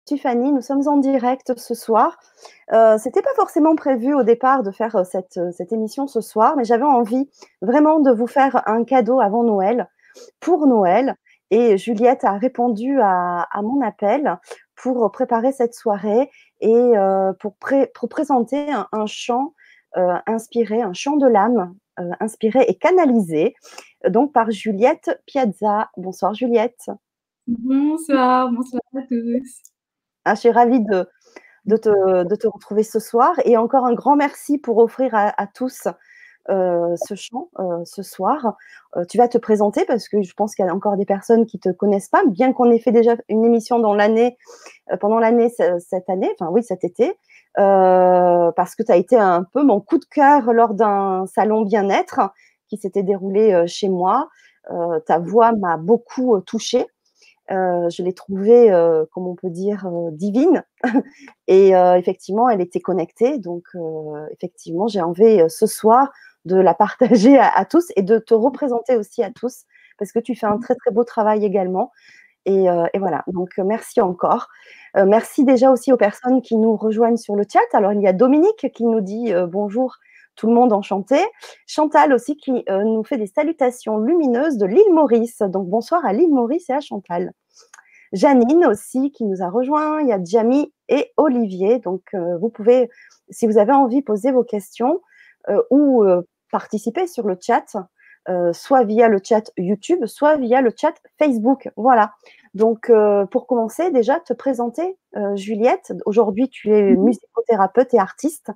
Tiffany, nous sommes en direct ce soir. C'était pas forcément prévu au départ de faire cette émission ce soir, mais j'avais envie vraiment de vous faire un cadeau avant Noël, pour Noël. Et Juliette a répondu à mon appel pour préparer cette soirée et pour présenter un chant inspiré, un chant de l'âme inspiré et canalisé donc par Juliette Piazza. Bonsoir Juliette. Bonsoir, bonsoir à tous. Ah, je suis ravie de te retrouver ce soir et encore un grand merci pour offrir à tous ce chant ce soir. Tu vas te présenter parce que je pense qu'il y a encore des personnes qui ne te connaissent pas, bien qu'on ait fait déjà une émission dans l'année, pendant l'année cette année, enfin oui, cet été, parce que tu as été un peu mon coup de cœur lors d'un salon bien-être qui s'était déroulé chez moi. Ta voix m'a beaucoup touchée. Je l'ai trouvée, comme on peut dire, divine. Et effectivement, elle était connectée. Donc, effectivement, j'ai envie ce soir de la partager à tous et de te représenter aussi à tous parce que tu fais un très, très beau travail également. Et voilà, donc merci encore. Merci déjà aussi aux personnes qui nous rejoignent sur le chat. Alors, il y a Dominique qui nous dit bonjour tout le monde, enchanté. Chantal aussi qui nous fait des salutations lumineuses de l'île Maurice. Donc, bonsoir à l'île Maurice et à Chantal. Janine aussi qui nous a rejoint. Il y a Jamie et Olivier. Donc, vous pouvez, si vous avez envie, poser vos questions ou participer sur le chat, soit via le chat YouTube, soit via le chat Facebook. Voilà. Donc, pour commencer, déjà, te présenter, Juliette. Aujourd'hui, tu es musicothérapeute et artiste.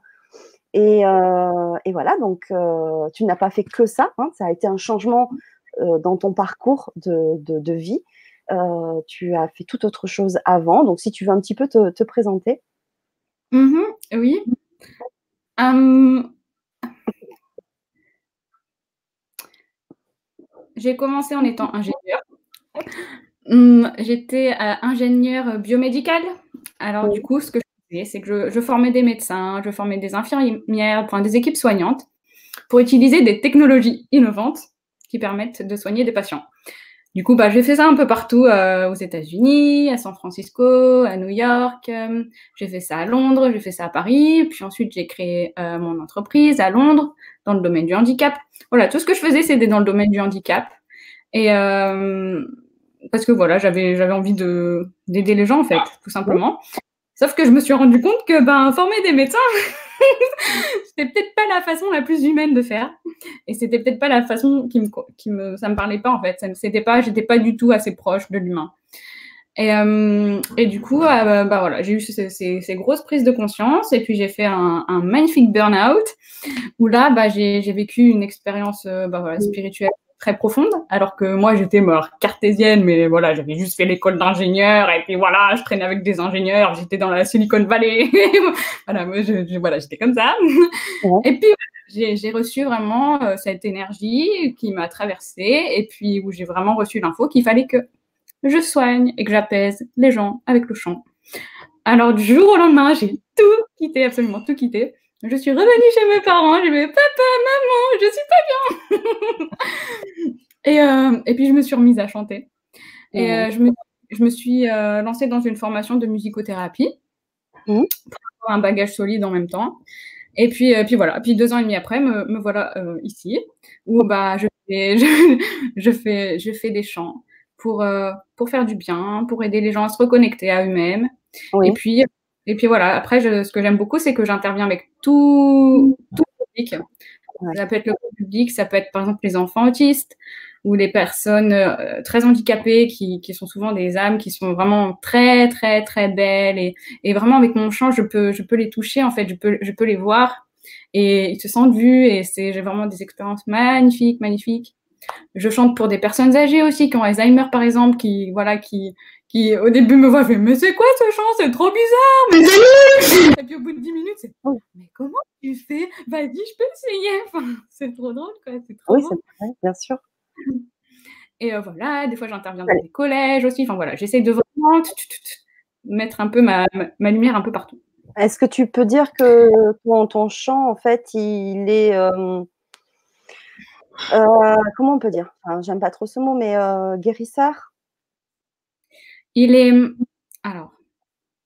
Et voilà, donc tu n'as pas fait que ça. Hein, ça a été un changement dans ton parcours de vie. Tu as fait toute autre chose avant. Donc, si tu veux un petit peu te présenter. Oui. J'ai commencé en étant ingénieure. J'étais ingénieure biomédicale. Alors, du coup, ce que je faisais, c'est que je formais des médecins, je formais des infirmières, enfin, des équipes soignantes pour utiliser des technologies innovantes qui permettent de soigner des patients. Du coup, j'ai fait ça un peu partout aux États-Unis, à San Francisco, à New York. J'ai fait ça à Londres, j'ai fait ça à Paris. Puis ensuite, j'ai créé mon entreprise à Londres dans le domaine du handicap. Voilà, tout ce que je faisais, c'était dans le domaine du handicap. Et parce que voilà, j'avais envie d'aider les gens, en fait, tout simplement. Sauf que je me suis rendu compte que former des médecins, c'était peut-être pas la façon la plus humaine de faire. Et c'était peut-être pas la façon ça me parlait pas, en fait. J'étais pas du tout assez proche de l'humain. Et du coup, voilà, j'ai eu ces grosses prises de conscience et puis j'ai fait un magnifique burn-out où là, j'ai vécu une expérience spirituelle très profonde, alors que moi, j'étais cartésienne, mais voilà, j'avais juste fait l'école d'ingénieur et puis voilà, je traînais avec des ingénieurs, j'étais dans la Silicon Valley. Voilà, moi, voilà, j'étais comme ça. Ouais. Et puis, j'ai reçu vraiment cette énergie qui m'a traversée et puis où j'ai vraiment reçu l'info qu'il fallait que je soigne et que j'apaise les gens avec le chant. Alors, du jour au lendemain, j'ai tout quitté, absolument tout quitté. Je suis revenue chez mes parents, j'ai dit « Papa, maman, je suis pas bien !» Et puis, je me suis remise à chanter. Et je me suis lancée dans une formation de musicothérapie pour avoir un bagage solide en même temps. Et puis voilà. Puis 2 ans et demi après, me voilà ici, où je fais des chants pour faire du bien, pour aider les gens à se reconnecter à eux-mêmes. Oui. Et puis voilà. Après, ce que j'aime beaucoup, c'est que j'interviens avec tout le public. Ouais. Ça peut être le public, ça peut être par exemple les enfants autistes ou les personnes très handicapées qui sont souvent des âmes qui sont vraiment très très très belles et vraiment avec mon chant je peux les toucher en fait, je peux les voir et ils se sentent vus et j'ai vraiment des expériences magnifiques. Je chante pour des personnes âgées aussi qui ont Alzheimer par exemple, qui au début me voient et mais c'est quoi ce chant, c'est trop bizarre, mais et puis au bout de 10 minutes c'est mais comment tu fais, vas-y je peux essayer, enfin, c'est trop drôle quoi, c'est trop beau. C'est vrai, bien sûr. Et voilà, des fois j'interviens dans des collèges aussi, enfin voilà, j'essaie de vraiment mettre un peu ma lumière un peu partout. Est-ce que tu peux dire que ton chant, en fait, il est comment on peut dire, enfin, j'aime pas trop ce mot, mais guérisseur? Il est alors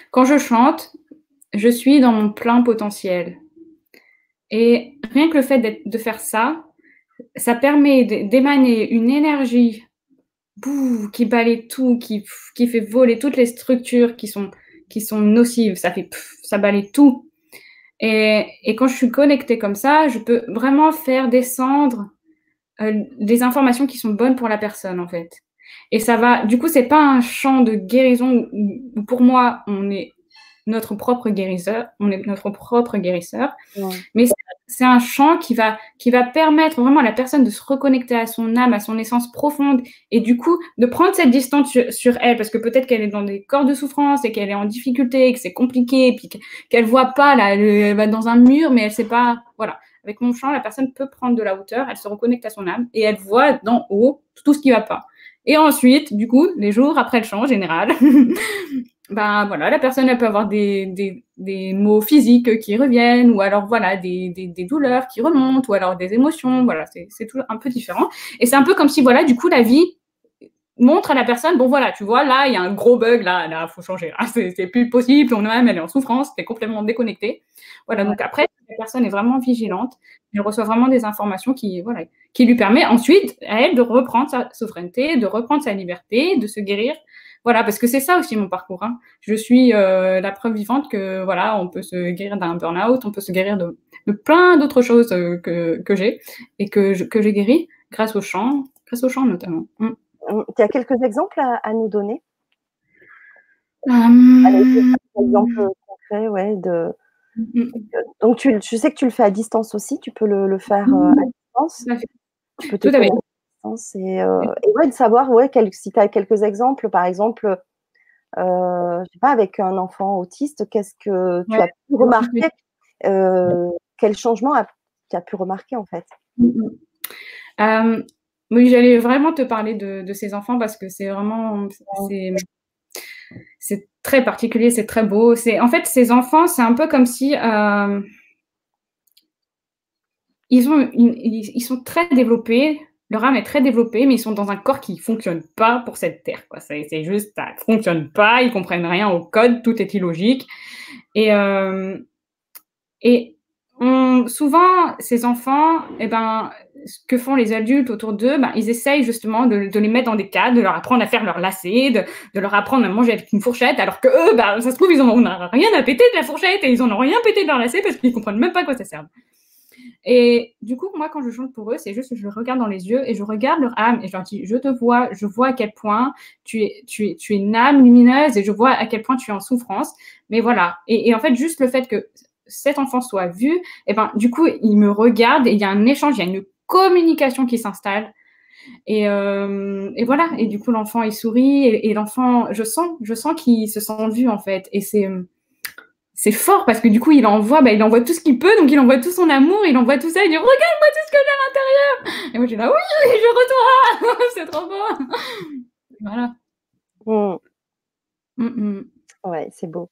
Quand je chante, je suis dans mon plein potentiel. Et rien que le fait de faire ça, ça permet d'émaner une énergie qui balaye tout, qui fait voler toutes les structures qui sont nocives. Ça balaye tout. Et quand je suis connectée comme ça, je peux vraiment faire descendre des informations qui sont bonnes pour la personne, en fait. Et ça va, du coup, c'est pas un champ de guérison où pour moi, on est notre propre guérisseur, Ouais. mais c'est un champ qui va permettre vraiment à la personne de se reconnecter à son âme, à son essence profonde, et du coup, de prendre cette distance sur elle, parce que peut-être qu'elle est dans des corps de souffrance, et qu'elle est en difficulté, et que c'est compliqué, et puis qu'elle voit pas, là, elle va dans un mur, mais elle sait pas, voilà. Avec mon chant, la personne peut prendre de la hauteur, elle se reconnecte à son âme, et elle voit d'en haut tout ce qui va pas. Et ensuite, du coup, les jours après le chant, en général, ben voilà, la personne, elle peut avoir des maux physiques qui reviennent, ou alors voilà, des douleurs qui remontent, ou alors des émotions, voilà, c'est toujours un peu différent. Et c'est un peu comme si, voilà, du coup, la vie montre à la personne, bon voilà, tu vois, là, il y a un gros bug, là, faut changer, là, c'est plus possible, ton âme, elle est en souffrance, t'es complètement déconnecté. Voilà, donc après, la personne est vraiment vigilante, elle reçoit vraiment des informations voilà, qui lui permet ensuite à elle de reprendre sa souveraineté, de reprendre sa liberté, de se guérir. Voilà, parce que c'est ça aussi mon parcours. Hein. Je suis la preuve vivante que voilà, on peut se guérir d'un burn-out, on peut se guérir de plein d'autres choses que j'ai et que j'ai guéri grâce au chant notamment. Tu as quelques exemples à nous donner? Allez, des exemples concrets, ouais, donc je sais que tu le fais à distance aussi, tu peux le faire, à distance? Tout à fait. Tu peux te Tout à fait. connecter à distance et ouais, de savoir, ouais, si tu as quelques exemples, par exemple, je sais pas, avec un enfant autiste, qu'est-ce que tu Ouais. as pu remarquer? Quel changement tu as pu remarquer, en fait? Oui, j'allais vraiment te parler de ces enfants parce que c'est vraiment c'est très particulier, c'est très beau. En fait, ces enfants, c'est un peu comme si ils sont très développés, leur âme est très développée, mais ils sont dans un corps qui fonctionne pas pour cette terre, quoi. C'est juste, ça fonctionne pas, ils comprennent rien au code, tout est illogique. Et souvent, ces enfants, eh ben, ce que font les adultes autour d'eux, ben, ils essayent justement de les mettre dans des cadres, de leur apprendre à faire leur lacet, de leur apprendre à manger avec une fourchette, alors que eux, ben, ça se trouve, ils en ont rien à péter de la fourchette et ils en ont rien pété de leur lacet parce qu'ils comprennent même pas à quoi ça sert. Et du coup, moi, quand je chante pour eux, c'est juste que je les regarde dans les yeux et je regarde leur âme et je leur dis, je te vois, je vois à quel point tu es une âme lumineuse et je vois à quel point tu es en souffrance. Mais voilà. Et en fait, juste le fait que cet enfant soit vu, et ben, du coup, il me regarde et il y a un échange, il y a une communication qui s'installe. Et voilà. Et du coup, l'enfant, il sourit et l'enfant, je sens qu'il se sent vu, en fait. Et c'est fort parce que du coup, il envoie tout ce qu'il peut, donc il envoie tout son amour, il envoie tout ça, il dit regarde-moi tout ce que j'ai à l'intérieur. Et moi, je dis là, oui, je retourne, c'est trop beau. Voilà. Ouais, c'est beau.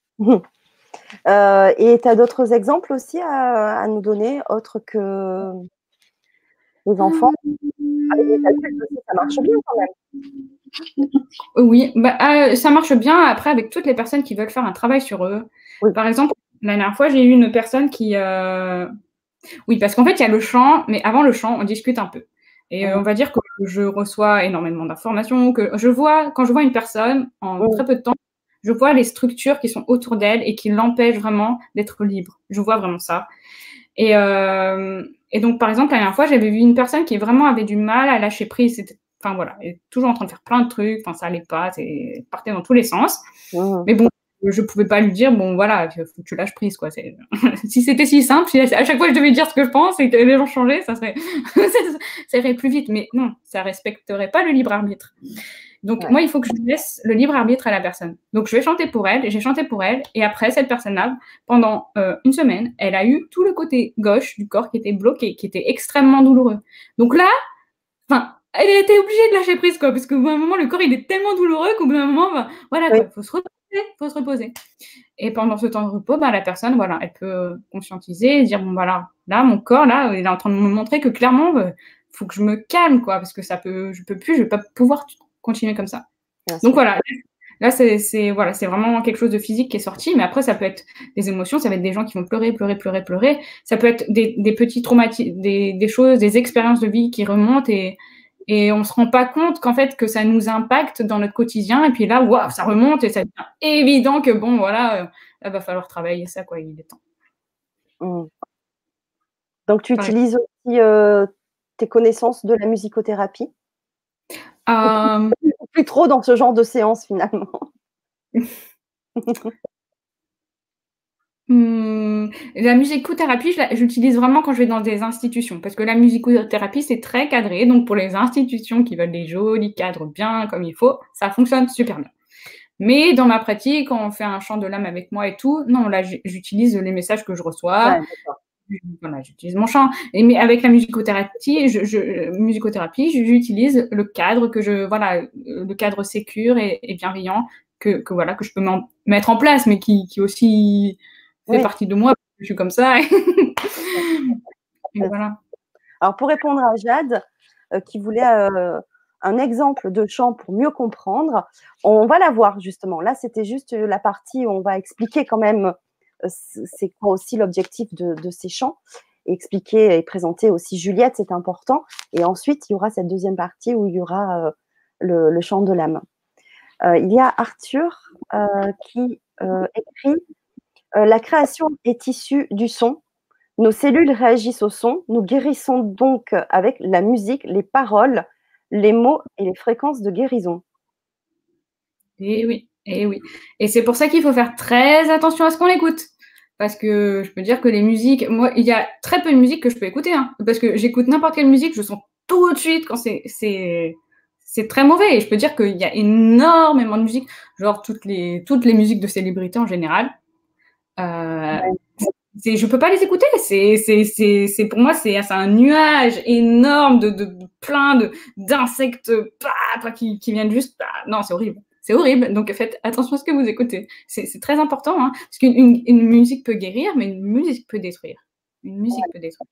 Et tu as d'autres exemples aussi à nous donner, autres que les enfants? Avec les adultes aussi, ça marche bien quand même? Oui, ça marche bien après avec toutes les personnes qui veulent faire un travail sur eux. Oui. Par exemple, la dernière fois, j'ai eu une personne qui oui, parce qu'en fait, il y a le chant, mais avant le chant, on discute un peu. Et on va dire que je reçois énormément d'informations, quand je vois une personne en très peu de temps, je vois les structures qui sont autour d'elle et qui l'empêchent vraiment d'être libre. Je vois vraiment ça. Et donc, par exemple, la dernière fois, j'avais vu une personne qui vraiment avait du mal à lâcher prise. Enfin voilà, elle est toujours en train de faire plein de trucs. Enfin, ça allait pas, elle partait dans tous les sens. Mais bon, je pouvais pas lui dire, bon voilà, faut que tu lâches prise, quoi. Si c'était si simple, si à chaque fois je devais dire ce que je pense et que les gens changeaient, ça irait plus vite. Mais non, ça respecterait pas le libre arbitre. Donc moi, il faut que je laisse le libre arbitre à la personne. Donc je vais chanter pour elle, j'ai chanté pour elle, et après cette personne-là, pendant une semaine, elle a eu tout le côté gauche du corps qui était bloqué, qui était extrêmement douloureux. Donc là, enfin, elle a été obligée de lâcher prise, quoi, parce qu'au bout d'un moment, le corps il est tellement douloureux qu'au bout d'un moment, voilà, il faut se reposer. Et pendant ce temps de repos, la personne, voilà, elle peut conscientiser et dire, bon, voilà, là, mon corps, là, il est en train de me montrer que clairement, faut que je me calme, quoi, parce que je peux plus, je vais pas pouvoir continuer comme ça. Donc voilà, Là, c'est voilà, c'est vraiment quelque chose de physique qui est sorti, mais après, ça peut être des émotions, ça va être des gens qui vont pleurer, pleurer, pleurer, pleurer. Ça peut être des petits traumatismes, des choses, des expériences de vie qui remontent et on se rend pas compte qu'en fait, que ça nous impacte dans notre quotidien. Et puis là, waouh, ça remonte et ça devient évident que bon, voilà, là, va falloir travailler ça, quoi, il est temps. Mmh. Donc tu Ouais. utilises aussi, tes connaissances de la musicothérapie? Ou Euh, plus trop dans ce genre de séance finalement? La musicothérapie, j'utilise vraiment quand je vais dans des institutions, parce que la musicothérapie, c'est très cadré. Donc, pour les institutions qui veulent des jolis cadres bien comme il faut, ça fonctionne super bien. Mais dans ma pratique, quand on fait un chant de l'âme avec moi et tout, non, là, j'utilise les messages que je reçois. Ouais, d'accord. Voilà, j'utilise mon chant. Mais avec la musicothérapie, j'utilise le cadre voilà, le cadre sécure et bienveillant voilà, que je peux mettre en place, mais qui aussi fait Oui, partie de moi. Je suis comme ça. Et c'est ça. voilà. Alors pour répondre à Jade, qui voulait, un exemple de chant pour mieux comprendre, on va la voir justement. Là, c'était juste, la partie où on va expliquer quand même, c'est quoi aussi l'objectif de ces chants et expliquer et présenter aussi Juliette, c'est important et ensuite il y aura cette deuxième partie où il y aura, le chant de l'âme. Il y a Arthur, qui, écrit, «La création est issue du son. Nos cellules réagissent au son. Nous guérissons donc avec la musique, les paroles, les mots et les fréquences de guérison.» Et oui, et oui. Et c'est pour ça qu'il faut faire très attention à ce qu'on écoute. Parce que je peux dire que les musiques, moi, il y a très peu de musique que je peux écouter, hein, parce que j'écoute n'importe quelle musique, je sens tout de suite quand c'est très mauvais. Et je peux dire qu'il y a énormément de musique, genre toutes les musiques de célébrités en général. Euh, Ouais, je peux pas les écouter. Pour moi, c'est un nuage énorme de plein d'insectes qui viennent juste. Non, c'est horrible. C'est horrible. Donc faites attention à ce que vous écoutez. C'est très important, hein, parce une musique peut guérir, mais une musique peut détruire. Une musique peut détruire.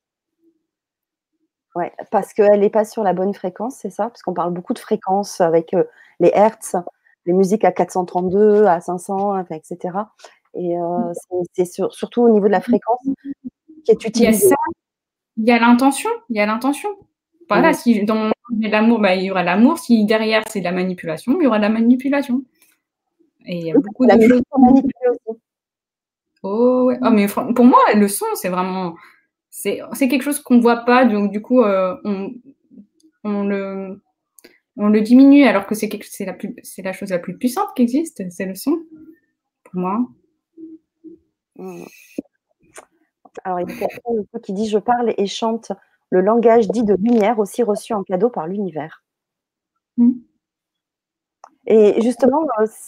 ouais, parce qu'elle n'est pas sur la bonne fréquence, c'est ça? Parce qu'on parle beaucoup de fréquences avec, les hertz, les musiques à 432, à 500, enfin et cetera et surtout au niveau de la fréquence qui est Il y a utilisée. ça, il y a l'intention. Il y a l'intention. Voilà, Mmh. si dans mon il y a de l'amour, bah, il y aura l'amour. Si derrière c'est de la manipulation, il y aura de la manipulation. Et il y a Oui, parce beaucoup que la de musique choses. peut manipuler aussi. Oh ouais. Oh, mais pour moi, le son, c'est vraiment, c'est quelque chose qu'on voit pas, donc du coup, on le, on le diminue, alors que c'est la chose la plus puissante qui existe, c'est le son, pour moi. Mmh. Alors il y a quelqu'un ici qui dit: «Je parle et chante le langage dit de lumière, aussi reçu en cadeau par l'univers.» Mm. Et justement,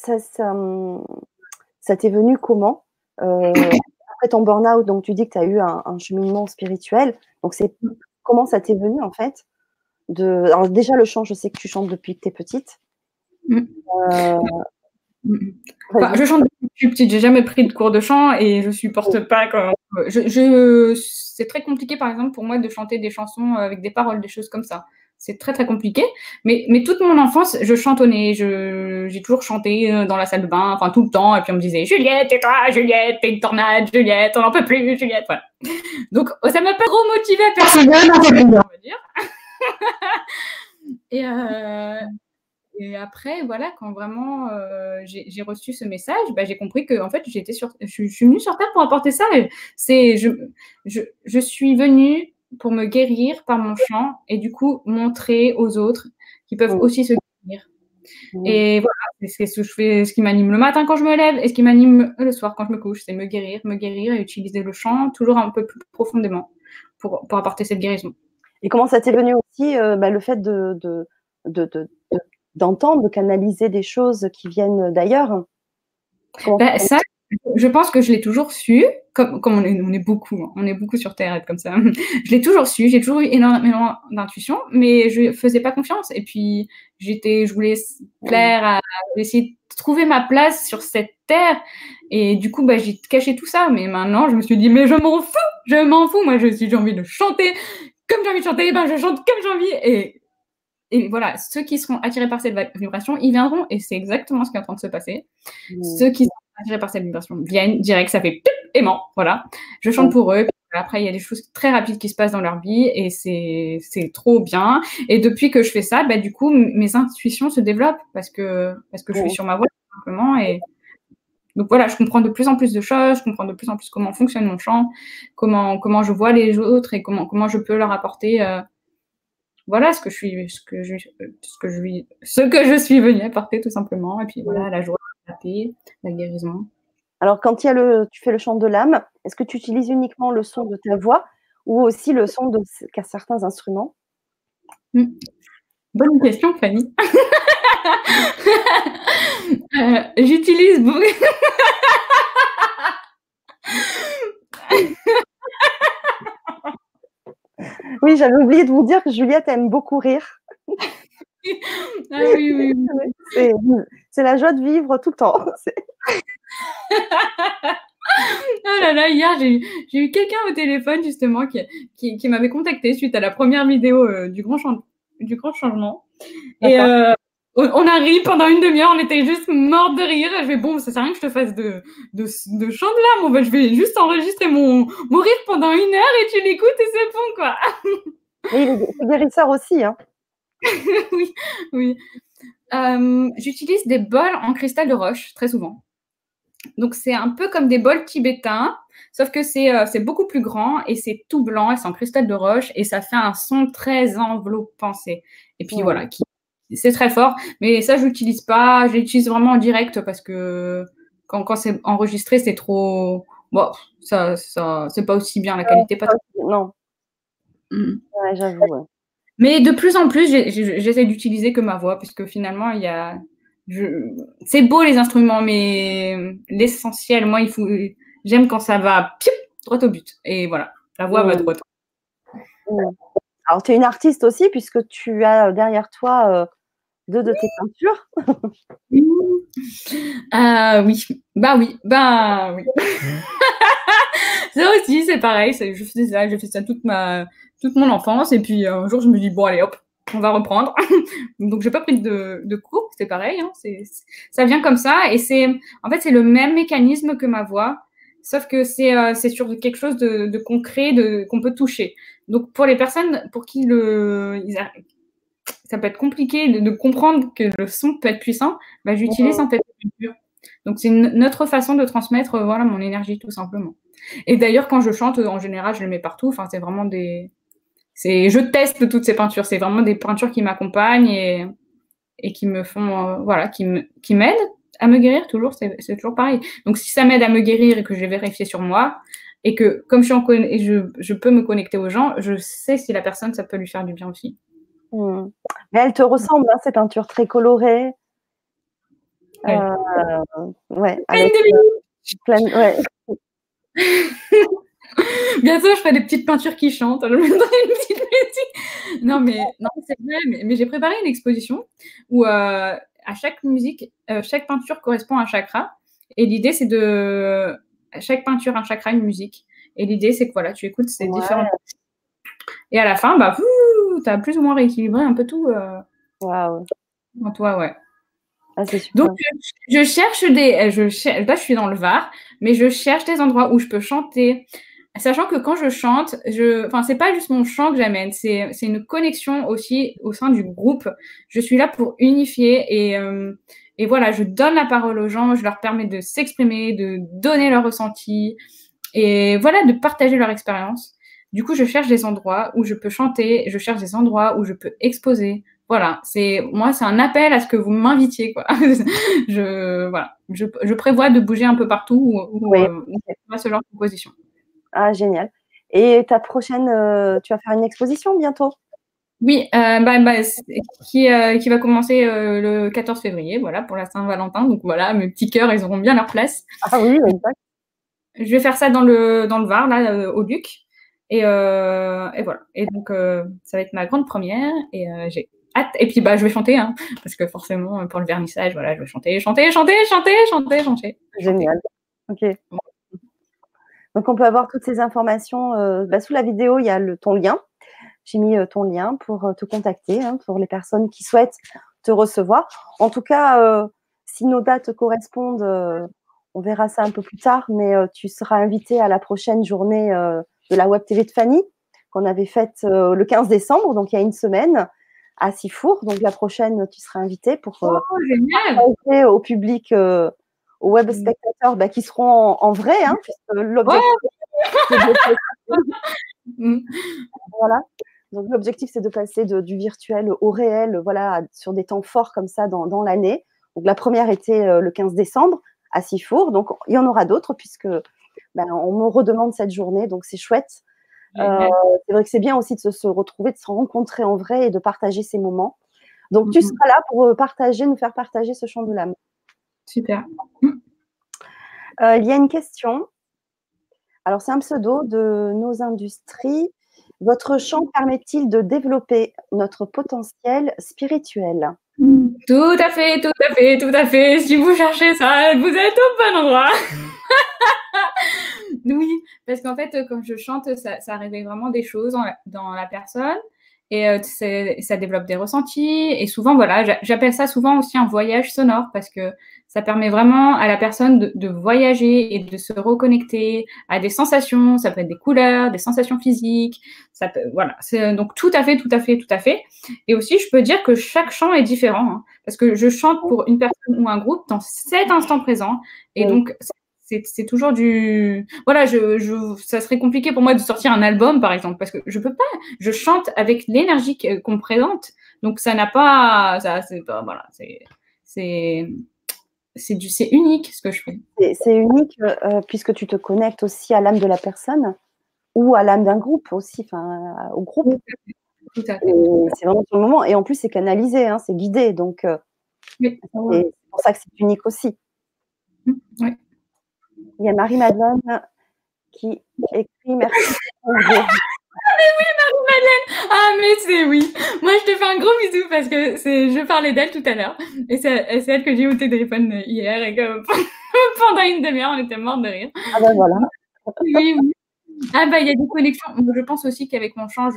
ça t'est venu comment? Après ton burn-out, donc tu dis que tu as eu un cheminement spirituel, donc c'est comment ça t'est venu en fait alors déjà le chant, je sais que tu chantes depuis que tu es petite. Mm. Heu, Mm. Enfin, Vas-y. je chante depuis que je suis petite, j'ai jamais pris de cours de chant et je supporte pas quand c'est très compliqué, par exemple, pour moi de chanter des chansons avec des paroles, des choses comme ça. C'est très très compliqué. Mais toute mon enfance, je chantonnais. J'ai toujours chanté dans la salle de bain, enfin tout le temps. Et puis on me disait Juliette, et toi, Juliette, t'es une tornade, Juliette, on n'en peut plus, Juliette. Voilà. Donc ça m'a pas trop motivée personnellement, on va dire. Et, et après, voilà, quand vraiment j'ai reçu ce message, bah, j'ai compris que en fait, je suis venue sur Terre pour apporter ça. C'est, je suis venue pour me guérir par mon chant et du coup montrer aux autres qui peuvent Mmh, aussi se guérir. mmh. Et voilà, c'est ce que je fais, ce qui m'anime le matin quand je me lève et ce qui m'anime le soir quand je me couche, c'est me guérir et utiliser le chant toujours un peu plus profondément pour apporter cette guérison. Et comment ça t'est venu aussi, le fait de d'entendre, de canaliser des choses qui viennent d'ailleurs? Comment ça Bah, t'est ça, je pense que je l'ai toujours su, comme on est beaucoup, hein, on est beaucoup sur Terre à être comme ça. Je l'ai toujours su, j'ai toujours eu énormément d'intuition, mais je faisais pas confiance. Et puis, je voulais venu? plaire essayer de trouver ma place sur cette Terre. Et du coup, bah, j'ai caché tout ça. Mais maintenant, je me suis dit, mais je m'en fous. Moi, si j'ai envie de chanter comme j'ai envie de chanter, ben, je chante comme j'ai envie. Et et voilà, ceux qui seront attirés par cette vibration, ils viendront, et c'est exactement ce qui est en train de se passer. Ceux qui sont attirés par cette vibration viennent direct, ça fait pip, aimant, voilà. Je chante pour eux. Après, il y a des choses très rapides qui se passent dans leur vie et c'est trop bien. Et depuis que je fais ça, du coup, mes intuitions se développent parce que je suis sur ma voie, tout simplement. Et donc voilà, je comprends de plus en plus de choses, je comprends de plus en plus comment fonctionne mon chant, comment je vois les autres et comment je peux leur apporter voilà ce que je suis venue apporter, tout simplement. Et puis voilà, la joie, la paix, la guérison. Alors, quand tu fais le chant de l'âme, est-ce que tu utilises uniquement le son de ta voix ou aussi le son de certains instruments? Bonne question, Fanny. J'utilise beaucoup. Oui, j'avais oublié de vous dire que Juliette aime beaucoup rire. Ah oui. C'est la joie de vivre tout le temps. Oh là là, hier, j'ai eu quelqu'un au téléphone, justement, qui m'avait contacté suite à la première vidéo du grand changement. Et on a ri pendant une demi-heure, on était juste morts de rire. Je vais bon, ça sert à rien que je te fasse de chant de l'âme. Je vais juste enregistrer mon rire pendant 1 heure et tu l'écoutes et c'est bon, quoi. Oui, c'est guérisseur aussi, hein. Oui. J'utilise des bols en cristal de roche, très souvent. Donc, c'est un peu comme des bols tibétains, sauf que c'est beaucoup plus grand et c'est tout blanc et c'est en cristal de roche et ça fait un son très enveloppant. Et puis voilà, c'est très fort. Mais ça, je l'utilise pas. Je l'utilise vraiment en direct parce que quand c'est enregistré, c'est trop... Bon, ça c'est pas aussi bien, la qualité. Pas trop... Non. Ouais, j'avoue, ouais. Mais de plus en plus, j'essaie d'utiliser que ma voix, puisque finalement, c'est beau les instruments, mais l'essentiel, moi, j'aime quand ça va droit au but. Et voilà, la voix va droit. Alors, tu es une artiste aussi, puisque tu as derrière toi 2 de tes peintures. Oui. Oui. Ça aussi, c'est pareil. Je fais ça toute mon enfance. Et puis un jour, je me dis, bon, allez, hop, on va reprendre. Donc, j'ai pas pris de cours. C'est pareil. Hein, ça vient comme ça. Et en fait, c'est le même mécanisme que ma voix. Sauf que c'est sur quelque chose de concret, qu'on peut toucher. Donc, pour les personnes pour qui ça peut être compliqué de comprendre que le son peut être puissant, j'utilise en fait la peinture. Donc, c'est une autre façon de transmettre voilà, mon énergie, tout simplement. Et d'ailleurs, quand je chante, en général, je les mets partout. Enfin, c'est vraiment je teste toutes ces peintures. C'est vraiment des peintures qui m'accompagnent et qui me font, voilà, qui m'aident à me guérir. Toujours, c'est toujours pareil. Donc, si ça m'aide à me guérir et que je vais vérifier sur moi, et que comme je peux me connecter aux gens, je sais si la personne, ça peut lui faire du bien aussi. Mais elles te ressemblent, hein, ces peintures très colorées. Ouais, avec ouais. Bientôt, je ferai des petites peintures qui chantent. Je mettrai une petite musique. Non, c'est vrai. Mais j'ai préparé une exposition où à chaque musique, chaque peinture correspond à un chakra. Et l'idée, c'est chaque peinture, un chakra, une musique. Et l'idée, c'est que voilà, tu écoutes ces différentes. Et à la fin, tu as plus ou moins rééquilibré un peu tout en toi, ouais. Ah, c'est super. Donc, je cherche là, je suis dans le Var, mais je cherche des endroits où je peux chanter. Sachant que quand je chante, c'est pas juste mon chant que j'amène, c'est une connexion aussi au sein du groupe. Je suis là pour unifier et voilà, je donne la parole aux gens, je leur permets de s'exprimer, de donner leur ressenti et voilà, de partager leur expérience. Du coup, je cherche des endroits où je peux chanter, je cherche des endroits où je peux exposer. Voilà, c'est un appel à ce que vous m'invitiez, quoi. Je prévois de bouger un peu partout où ce genre de proposition. Ah, génial. Et ta prochaine, tu vas faire une exposition bientôt? Oui, qui va commencer le 14 février, voilà, pour la Saint-Valentin. Donc voilà, mes petits cœurs, ils auront bien leur place. Ah oui, exact. Je vais faire ça dans le Var, là, au Luc. Et voilà. Et donc, ça va être ma grande première. Et j'ai hâte. Et puis, je vais chanter, hein, parce que forcément, pour le vernissage, voilà, je vais chanter. Génial. Ok. Bon. Donc, on peut avoir toutes ces informations. Sous la vidéo, il y a ton lien. j'ai mis ton lien pour te contacter, hein, pour les personnes qui souhaitent te recevoir. En tout cas, si nos dates correspondent, on verra ça un peu plus tard, mais tu seras invitée à la prochaine journée de la Web TV de Fanny, qu'on avait faite le 15 décembre, donc il y a une semaine, à Sifour. Donc la prochaine, tu seras invitée pour partager au public, aux web spectateurs qui seront en vrai, hein, puisque l'objectif, voilà. Donc l'objectif, c'est de passer du virtuel au réel, voilà, sur des temps forts comme ça dans l'année. Donc la première était le 15 décembre à Sifour. Donc il y en aura d'autres puisque on me redemande cette journée, donc c'est chouette. C'est vrai que c'est bien aussi de se retrouver, de se rencontrer en vrai et de partager ces moments. Donc tu seras là pour nous faire partager ce chant de l'âme. Super. Il y a une question. Alors c'est un pseudo de Nos Industries. Votre chant permet-il de développer notre potentiel spirituel? Tout à fait, tout à fait, tout à fait. Si vous cherchez ça, vous êtes au bon endroit. Oui, parce qu'en fait, quand je chante, ça réveille vraiment des choses dans la personne et ça développe des ressentis. Et souvent, voilà, j'appelle ça souvent aussi un voyage sonore parce que ça permet vraiment à la personne de voyager et de se reconnecter à des sensations. Ça peut être des couleurs, des sensations physiques. Ça peut, voilà, donc tout à fait, tout à fait, tout à fait. Et aussi, je peux dire que chaque chant est différent hein, parce que je chante pour une personne ou un groupe dans cet instant présent. Et donc, c'est toujours du... Voilà, ça serait compliqué pour moi de sortir un album, par exemple, parce que je peux pas. Je chante avec l'énergie qu'on me présente. Donc, ça n'a pas... C'est pas... Voilà, c'est unique, ce que je fais. C'est unique puisque tu te connectes aussi à l'âme de la personne ou à l'âme d'un groupe aussi, enfin, au groupe. Tout à fait. C'est vraiment sur le moment. Et en plus, c'est canalisé, hein, c'est guidé. Donc, c'est pour ça que c'est unique aussi. Oui. Il y a Marie-Madeleine qui écrit merci. Ah mais oui, Marie-Madeleine. Ah mais c'est oui. Moi je te fais un gros bisou parce que je parlais d'elle tout à l'heure et c'est elle que j'ai eu au téléphone hier et que pendant une demi-heure on était morts de rire. Ah ben voilà. Oui, oui. Ah bah il y a des connexions. Je pense aussi qu'avec mon chant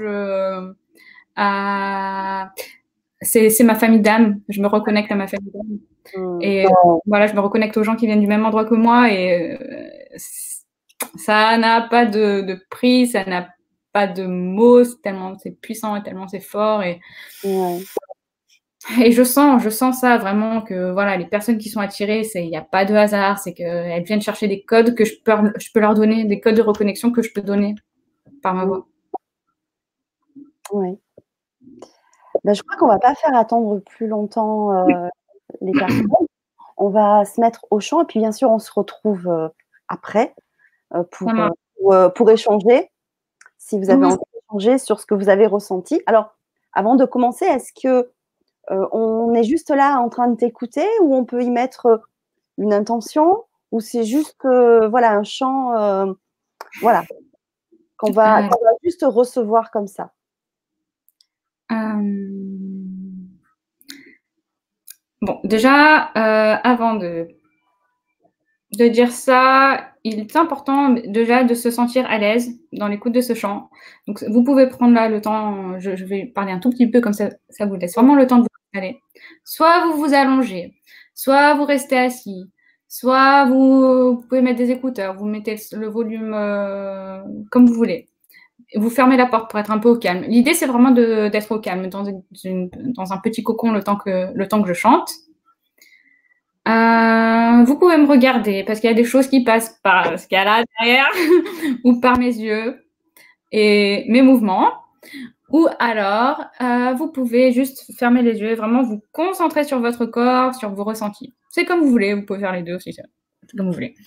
c'est ma famille d'âme. Je me reconnecte à ma famille d'âme. Et voilà, je me reconnecte aux gens qui viennent du même endroit que moi et ça n'a pas de prix, ça n'a pas de mots, tellement c'est puissant et tellement c'est fort et je sens ça vraiment que voilà, les personnes qui sont attirées, il n'y a pas de hasard, c'est qu'elles viennent chercher des codes que je peux leur donner, des codes de reconnexion que je peux donner par ma voix. Oui. Ben, je crois qu'on va pas faire attendre plus longtemps les personnes. On va se mettre au chant et puis bien sûr on se retrouve après pour échanger. Si vous avez envie d'échanger sur ce que vous avez ressenti. Alors, avant de commencer, est-ce que on est juste là en train de t'écouter ou on peut y mettre une intention ou c'est juste voilà un chant voilà qu'on va juste recevoir comme ça? Bon, déjà, avant de dire ça, il est important déjà de se sentir à l'aise dans l'écoute de ce chant. Donc, vous pouvez prendre là le temps, je vais parler un tout petit peu comme ça vous laisse vraiment le temps de vous installer. Soit vous vous allongez, soit vous restez assis, soit vous pouvez mettre des écouteurs, vous mettez le volume comme vous voulez. Vous fermez la porte pour être un peu au calme. L'idée, c'est vraiment d'être au calme, dans un petit cocon le temps que je chante. Vous pouvez me regarder parce qu'il y a des choses qui passent par ce qu'il y a là derrière ou par mes yeux et mes mouvements. Ou alors, vous pouvez juste fermer les yeux et vraiment vous concentrer sur votre corps, sur vos ressentis. C'est comme vous voulez, vous pouvez faire les deux aussi, c'est comme vous voulez.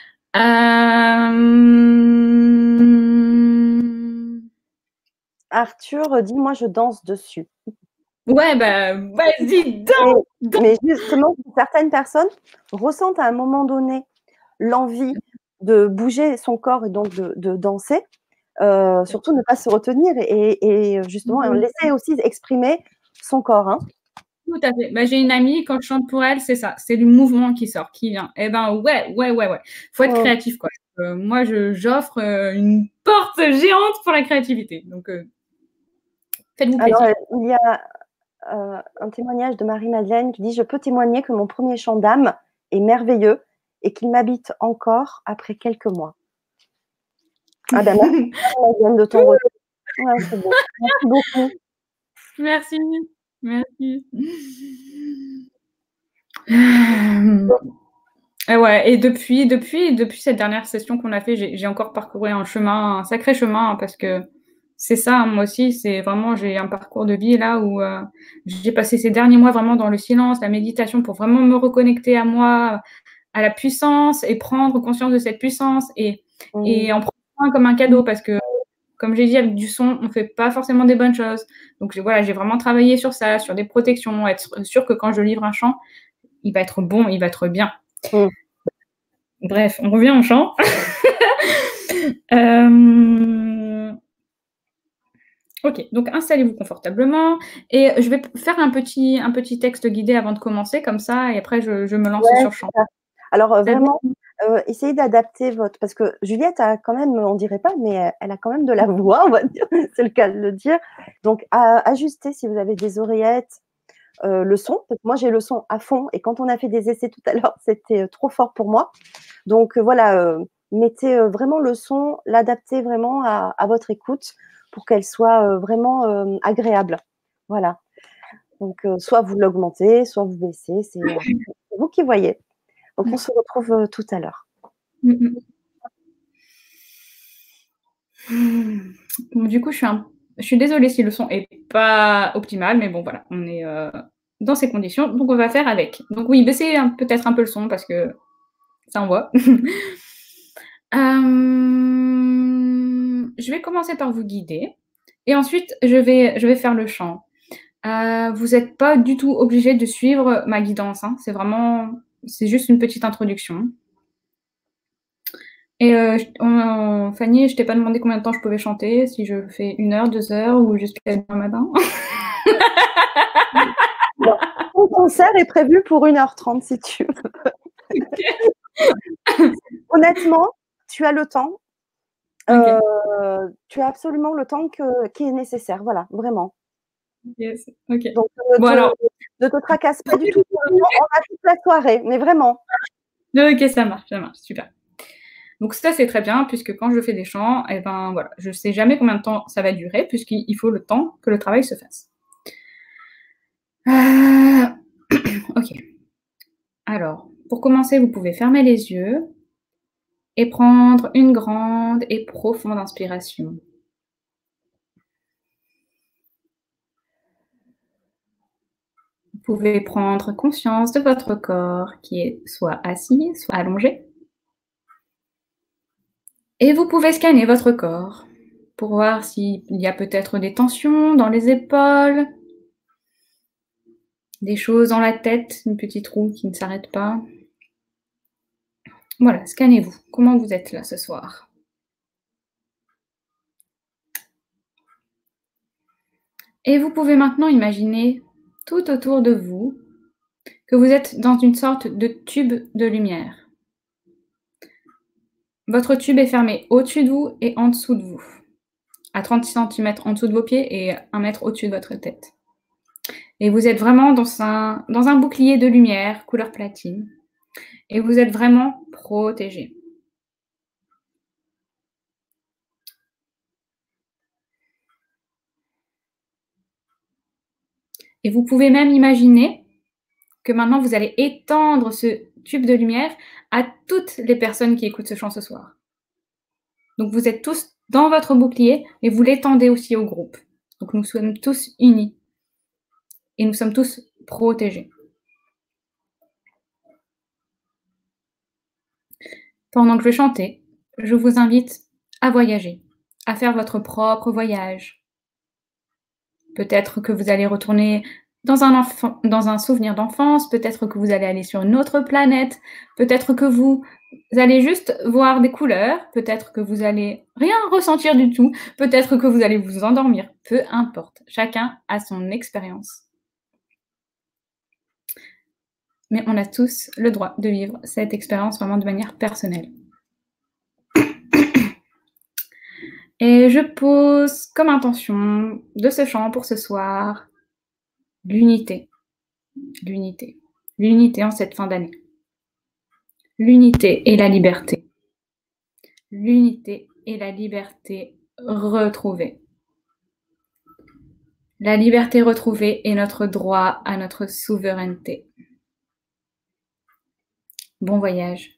Arthur dit, moi je danse dessus. Ouais, bah vas-y, danse. Mais justement, certaines personnes ressentent à un moment donné l'envie de bouger son corps et donc de danser. Surtout ne pas se retenir et justement laisser aussi exprimer son corps. Hein. Tout à fait. Bah, j'ai une amie, quand je chante pour elle, c'est ça. C'est le mouvement qui sort, qui vient. Eh ben ouais. Faut être créatif, quoi. Moi, j'offre une porte géante pour la créativité. Donc, Faites-vous Alors, plaisir. il y a un témoignage de Marie-Madeleine qui dit: «Je peux témoigner que mon premier chant d'âme est merveilleux et qu'il m'habite encore après quelques mois». Ah ben merci Marie-Madeleine de ton retour. Ouais, c'est beau. Merci beaucoup. Merci, merci. Et ouais, et depuis cette dernière session qu'on a fait, j'ai encore parcouru un chemin, un sacré chemin, hein, parce que c'est ça, hein, moi aussi, c'est vraiment j'ai un parcours de vie là où, j'ai passé ces derniers mois vraiment dans le silence, la méditation pour vraiment me reconnecter à moi, à la puissance et prendre conscience de cette puissance et en prendre soin comme un cadeau parce que, comme j'ai dit, avec du son, on fait pas forcément des bonnes choses. Donc voilà, j'ai vraiment travaillé sur ça, sur des protections, être sûr que quand je livre un chant, il va être bon, il va être bien. Mmh. Bref, on revient au chant. Ok, donc installez-vous confortablement et je vais faire un petit texte guidé avant de commencer, comme ça, et après je me lance Ouais, sur le c'est chant. ça. Alors, C'est bon? vraiment, essayez d'adapter votre parce que Juliette a quand même, on dirait pas, mais elle a quand même de la voix, on va dire, c'est le cas de le dire. Donc ajustez si vous avez des oreillettes, le son, parce que moi j'ai le son à fond et quand on a fait des essais tout à l'heure, c'était, trop fort pour moi. Donc voilà, mettez, vraiment le son, l'adaptez vraiment à votre écoute pour qu'elle soit, vraiment, agréable. Voilà. Donc soit vous l'augmentez, soit vous baissez, c'est vous qui voyez. Donc on se retrouve, tout à l'heure. Mmh Bon, du coup, je suis désolée si le son est pas optimal, mais bon, voilà, on est, dans ces conditions, donc on va faire avec. Donc oui, baissez peut-être un peu le son parce que ça envoie. Je vais commencer par vous guider et ensuite je vais faire le chant. Vous n'êtes pas du tout obligé de suivre ma guidance, hein. C'est juste une petite introduction. Et Fanny, je t'ai pas demandé combien de temps je pouvais chanter, si je fais 1 heure, 2 heures ou jusqu'à demain matin. Alors, ton concert est prévu pour 1h30 si tu veux. Honnêtement, tu as le temps. OK. Tu as absolument le temps qui est nécessaire, voilà, vraiment. Yes. OK. Donc Bon alors ne te tracasse pas du tout pour le temps, on a toute la soirée, mais vraiment. OK, ça marche, super. Donc ça, c'est très bien puisque quand je fais des chants et ben, voilà, je sais jamais combien de temps ça va durer puisqu'il faut le temps que le travail se fasse. OK. Alors, pour commencer, vous pouvez fermer les yeux et prendre une grande et profonde inspiration. Vous pouvez prendre conscience de votre corps qui est soit assis, soit allongé. Et vous pouvez scanner votre corps pour voir s'il y a peut-être des tensions dans les épaules, des choses dans la tête, une petite roue qui ne s'arrête pas. Voilà, scannez-vous. Comment vous êtes là ce soir? Et vous pouvez maintenant imaginer tout autour de vous que vous êtes dans une sorte de tube de lumière. Votre tube est fermé au-dessus de vous et en dessous de vous, à 30 centimètres en dessous de vos pieds et 1 mètre au-dessus de votre tête. Et vous êtes vraiment dans un bouclier de lumière couleur platine. Et vous êtes vraiment protégé. Et vous pouvez même imaginer que maintenant vous allez étendre ce tube de lumière à toutes les personnes qui écoutent ce chant ce soir. Donc vous êtes tous dans votre bouclier et vous l'étendez aussi au groupe. Donc nous sommes tous unis et nous sommes tous protégés. Pendant que je vais chanter, je vous invite à voyager, à faire votre propre voyage. Peut-être que vous allez retourner dans un souvenir d'enfance, peut-être que vous allez aller sur une autre planète, peut-être que vous allez juste voir des couleurs, peut-être que vous allez rien ressentir du tout, peut-être que vous allez vous endormir, peu importe. Chacun a son expérience. Mais on a tous le droit de vivre cette expérience vraiment de manière personnelle. Et je pose comme intention de ce chant pour ce soir l'unité, l'unité, l'unité en cette fin d'année. L'unité et la liberté. L'unité et la liberté retrouvée. La liberté retrouvée est notre droit à notre souveraineté. Bon voyage.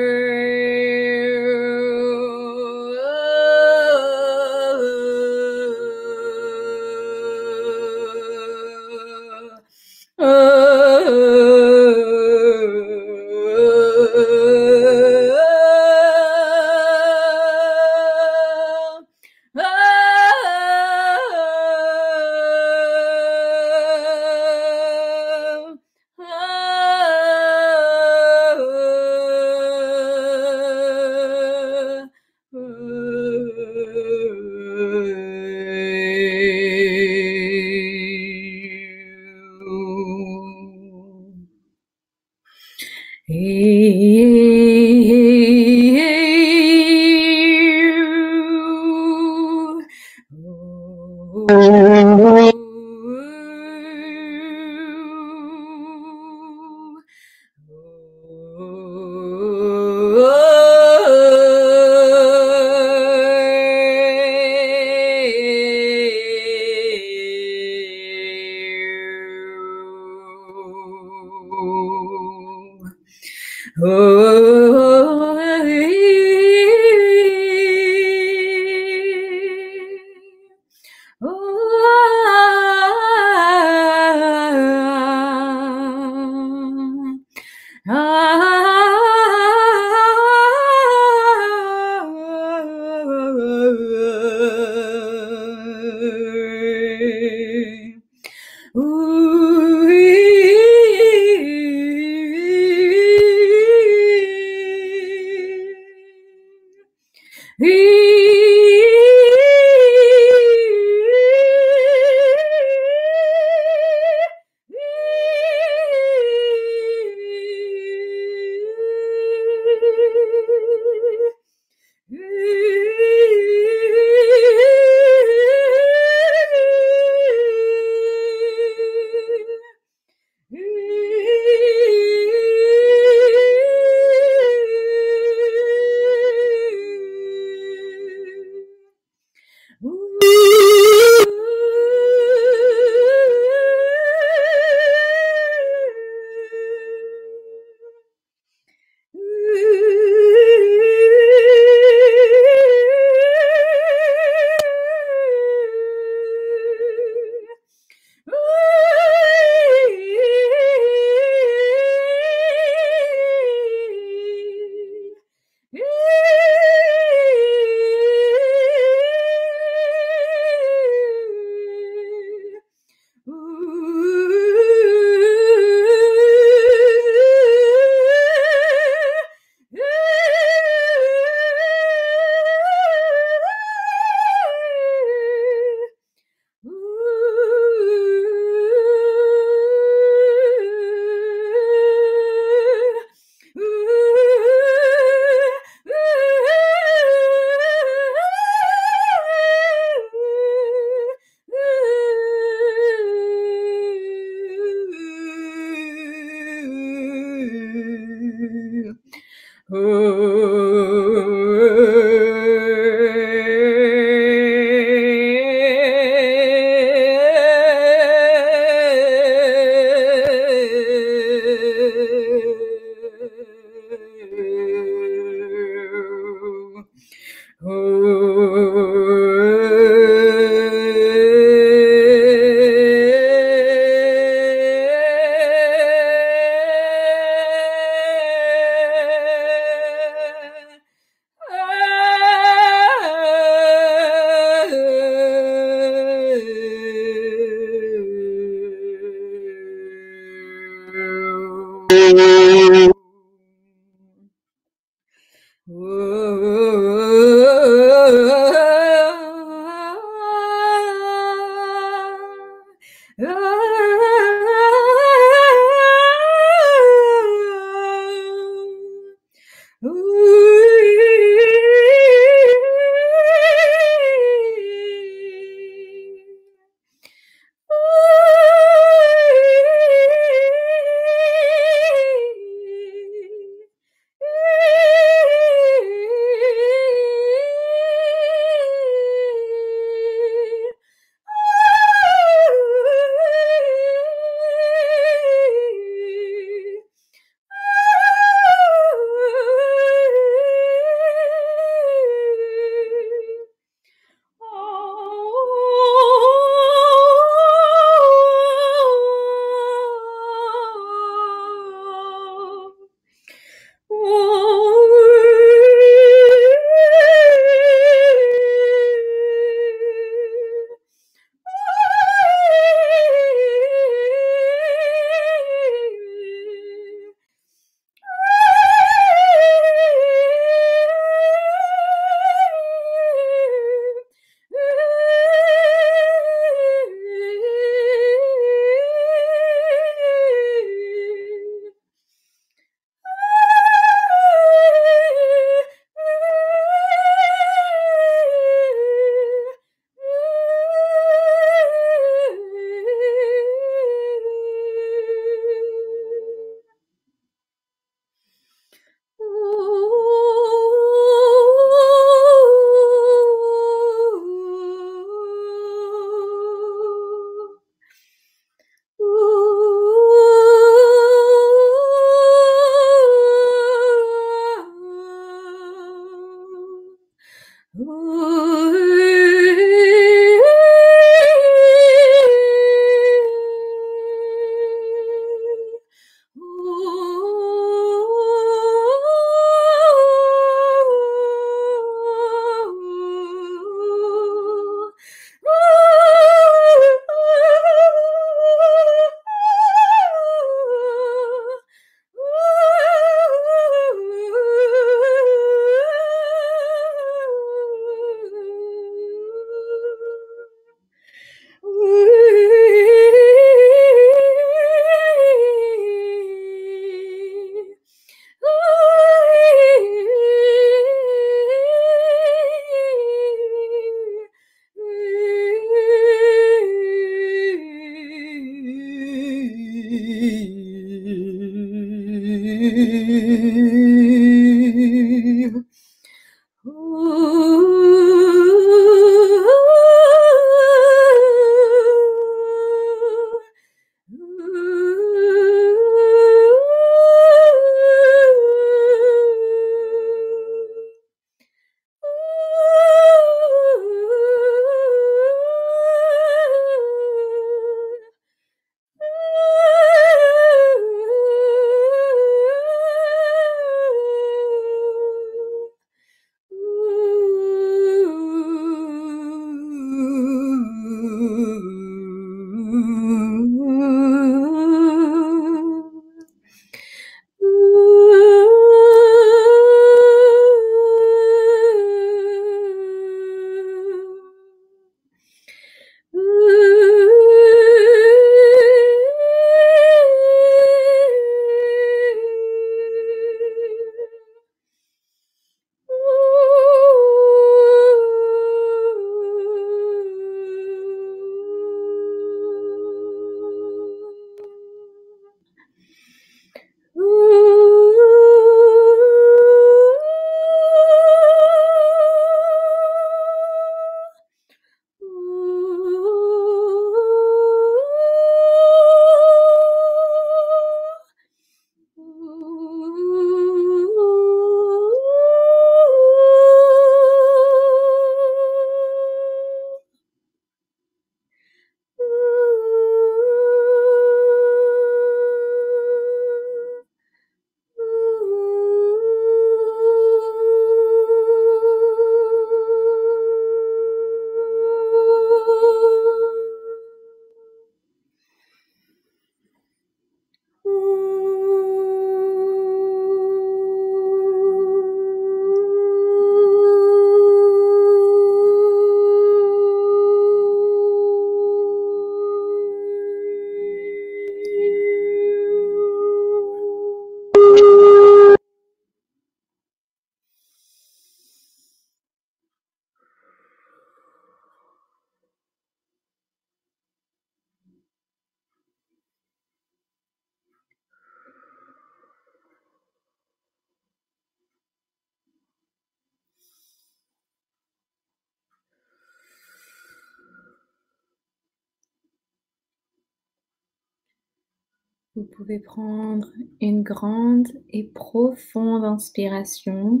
Vous pouvez prendre une grande et profonde inspiration.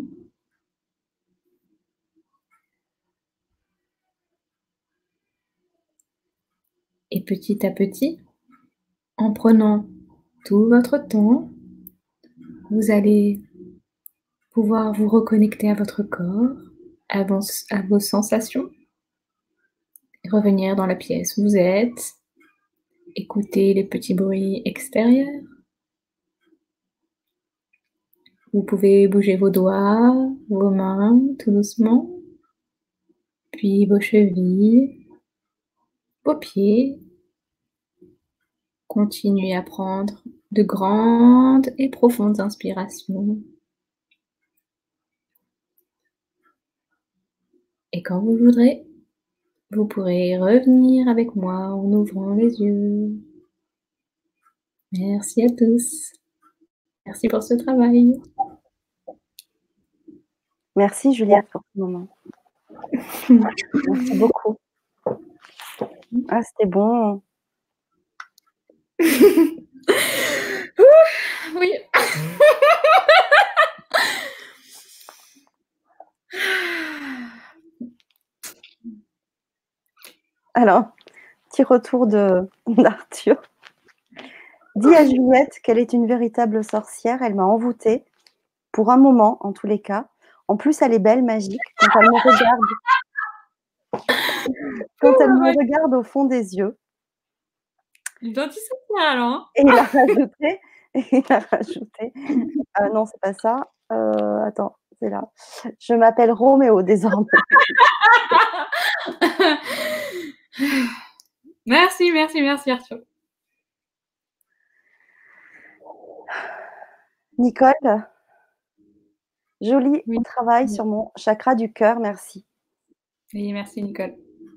Et petit à petit, en prenant tout votre temps, vous allez pouvoir vous reconnecter à votre corps, à vos sensations, et revenir dans la pièce où vous êtes, écouter les petits bruits extérieurs. Vous pouvez bouger vos doigts, vos mains tout doucement, puis vos chevilles, vos pieds. Continuez à prendre de grandes et profondes inspirations. Et quand vous voudrez, vous pourrez revenir avec moi en ouvrant les yeux. Merci à tous. Merci pour ce travail. Merci Juliette pour ce moment. Merci beaucoup. Ah, c'était bon. Oui. Alors, petit retour d'Arthur. Dis à Juliette qu'elle est une véritable sorcière. Elle m'a envoûtée, pour un moment, en tous les cas. En plus, elle est belle, magique. Quand elle me regarde au fond des yeux. Une gentille sorcière alors. Hein. Et il a rajouté. Non, c'est pas ça. Attends, c'est là. Je m'appelle Roméo désormais. Merci Arthur. Nicole, joli travail sur mon chakra du cœur, merci. Oui, merci Nicole.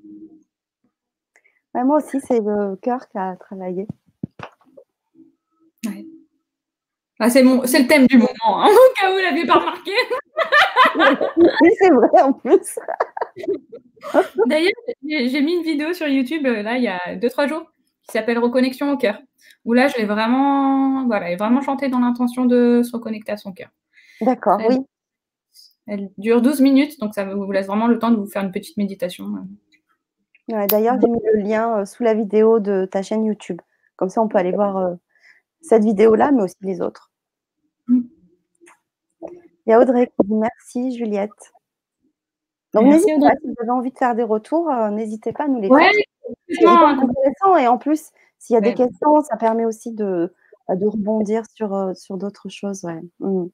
Bah, moi aussi, c'est le cœur qui a travaillé. Ouais. Ah, c'est le thème du moment, hein, au cas où vous l'aviez pas remarqué. Oui, c'est vrai en plus. D'ailleurs, j'ai mis une vidéo sur YouTube là il y a 2-3 jours qui s'appelle Reconnexion au cœur. Où là, je vais vraiment, vraiment chanter dans l'intention de se reconnecter à son cœur. D'accord, oui. Elle dure 12 minutes, donc ça vous laisse vraiment le temps de vous faire une petite méditation. Ouais, d'ailleurs, j'ai mis le lien sous la vidéo de ta chaîne YouTube. Comme ça, on peut aller voir cette vidéo-là, mais aussi les autres. Il y a Audrey qui dit merci, Juliette. Donc, n'hésitez pas, si vous avez envie de faire des retours, n'hésitez pas à nous les faire. C'est hyper intéressant et en plus, s'il y a des questions, ça permet aussi de rebondir sur d'autres choses. Ouais.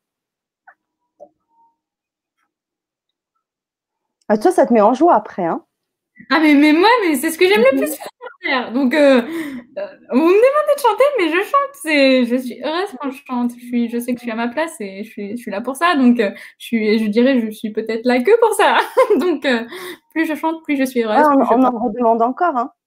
Ah, toi, ça te met en joie après, hein? Ah mais moi, c'est ce que j'aime le plus faire. Donc, vous me demandez de chanter, mais je chante. Je suis heureuse quand je chante. Je sais que je suis à ma place et je suis là pour ça. Donc, je dirais, je suis peut-être là que pour ça. Donc, plus je chante, plus je suis heureuse. Ouais, on en redemande encore, hein?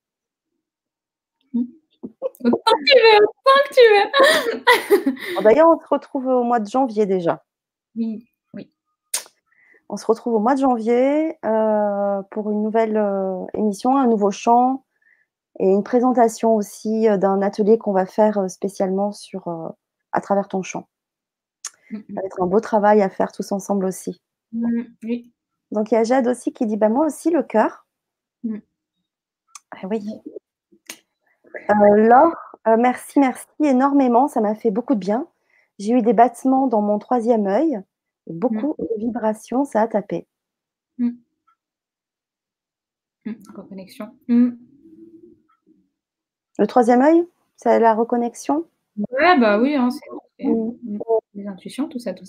Autant que tu veux. D'ailleurs, on se retrouve au mois de janvier déjà. Oui. On se retrouve au mois de janvier pour une nouvelle émission, un nouveau chant et une présentation aussi d'un atelier qu'on va faire spécialement à travers ton chant. Ça va être un beau travail à faire tous ensemble aussi. Oui. Donc, il y a Jade aussi qui dit moi aussi, le cœur. Ah, oui. Laure, merci énormément. Ça m'a fait beaucoup de bien. J'ai eu des battements dans mon 3e œil. Beaucoup de vibrations, ça a tapé. Reconnexion. Le 3e œil, c'est la reconnexion? Ouais, bah oui, hein, c'est les intuitions, tout ça.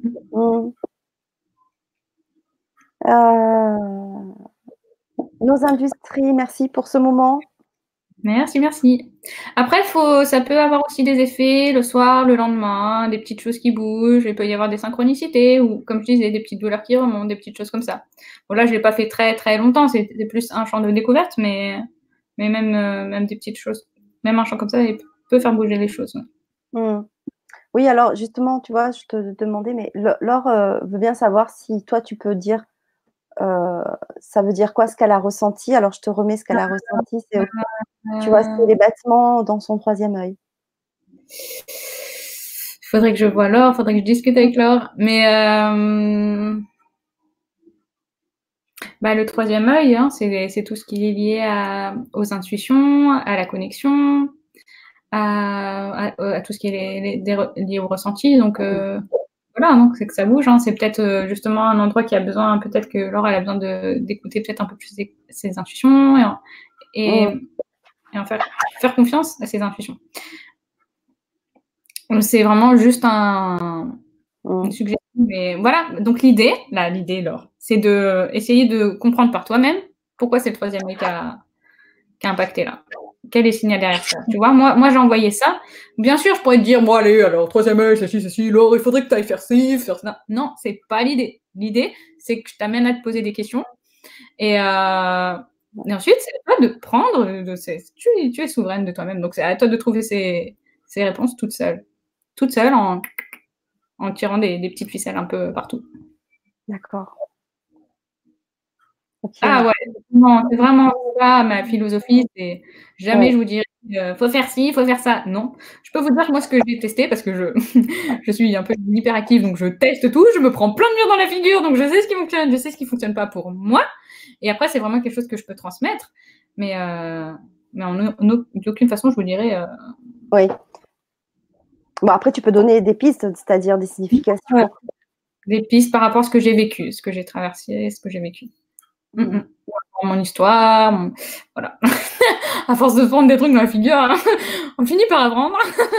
Nos industries, merci pour ce moment. Merci. Après, ça peut avoir aussi des effets le soir, le lendemain, des petites choses qui bougent, il peut y avoir des synchronicités ou, comme je disais, des petites douleurs qui remontent, des petites choses comme ça. Bon, là, je ne l'ai pas fait très, très longtemps, c'était plus un chant de découverte, mais même des petites choses. Même un chant comme ça, il peut faire bouger les choses. Oui, alors justement, tu vois, je te demandais, mais Laure veut bien savoir si toi, tu peux dire, ça veut dire quoi ce qu'elle a ressenti. Alors, je te remets ce qu'elle a ressenti. Tu vois, c'est les battements dans son 3e œil. Il faudrait que je voie Laure, il faudrait que je discute avec Laure. Mais le troisième œil, hein, c'est tout ce qui est lié aux intuitions, à la connexion, à tout ce qui est lié au ressenti. Donc voilà, donc c'est que ça bouge. Hein. C'est peut-être justement un endroit qui a besoin, peut-être que Laure elle a besoin d'écouter peut-être un peu plus ses intuitions et en faire confiance à ses intuitions. C'est vraiment juste une suggestion. Mais voilà, donc l'idée, Laure, c'est d'essayer de comprendre par toi-même pourquoi c'est le troisième œil qui a impacté là. Quel est le signal derrière ça? Tu vois, moi j'ai envoyé ça. Bien sûr, je pourrais te dire, bon allez, alors troisième œil, ceci, Laure, il faudrait que tu ailles faire ci, faire ça. Non, c'est pas l'idée. L'idée, c'est que je t'amène à te poser des questions. Et ensuite, c'est à toi de prendre, tu es souveraine de toi-même. Donc c'est à toi de trouver ces réponses toute seule en tirant des petites ficelles un peu partout. D'accord. Okay. Ah ouais, c'est vraiment ça ma philosophie. C'est jamais je vous dirais faut faire ci, faut faire ça. Non, je peux vous dire moi ce que j'ai testé parce que je suis un peu hyperactive, donc je teste tout, je me prends plein de murs dans la figure, donc je sais ce qui fonctionne, je sais ce qui fonctionne pas pour moi. Et après c'est vraiment quelque chose que je peux transmettre, mais d'aucune façon je vous dirais. Oui. Bon après tu peux donner des pistes, c'est-à-dire des significations. Ouais. Des pistes par rapport à ce que j'ai vécu, ce que j'ai traversé, ce que j'ai vécu. Mon histoire, voilà. À force de prendre des trucs dans la figure, hein, on finit par apprendre.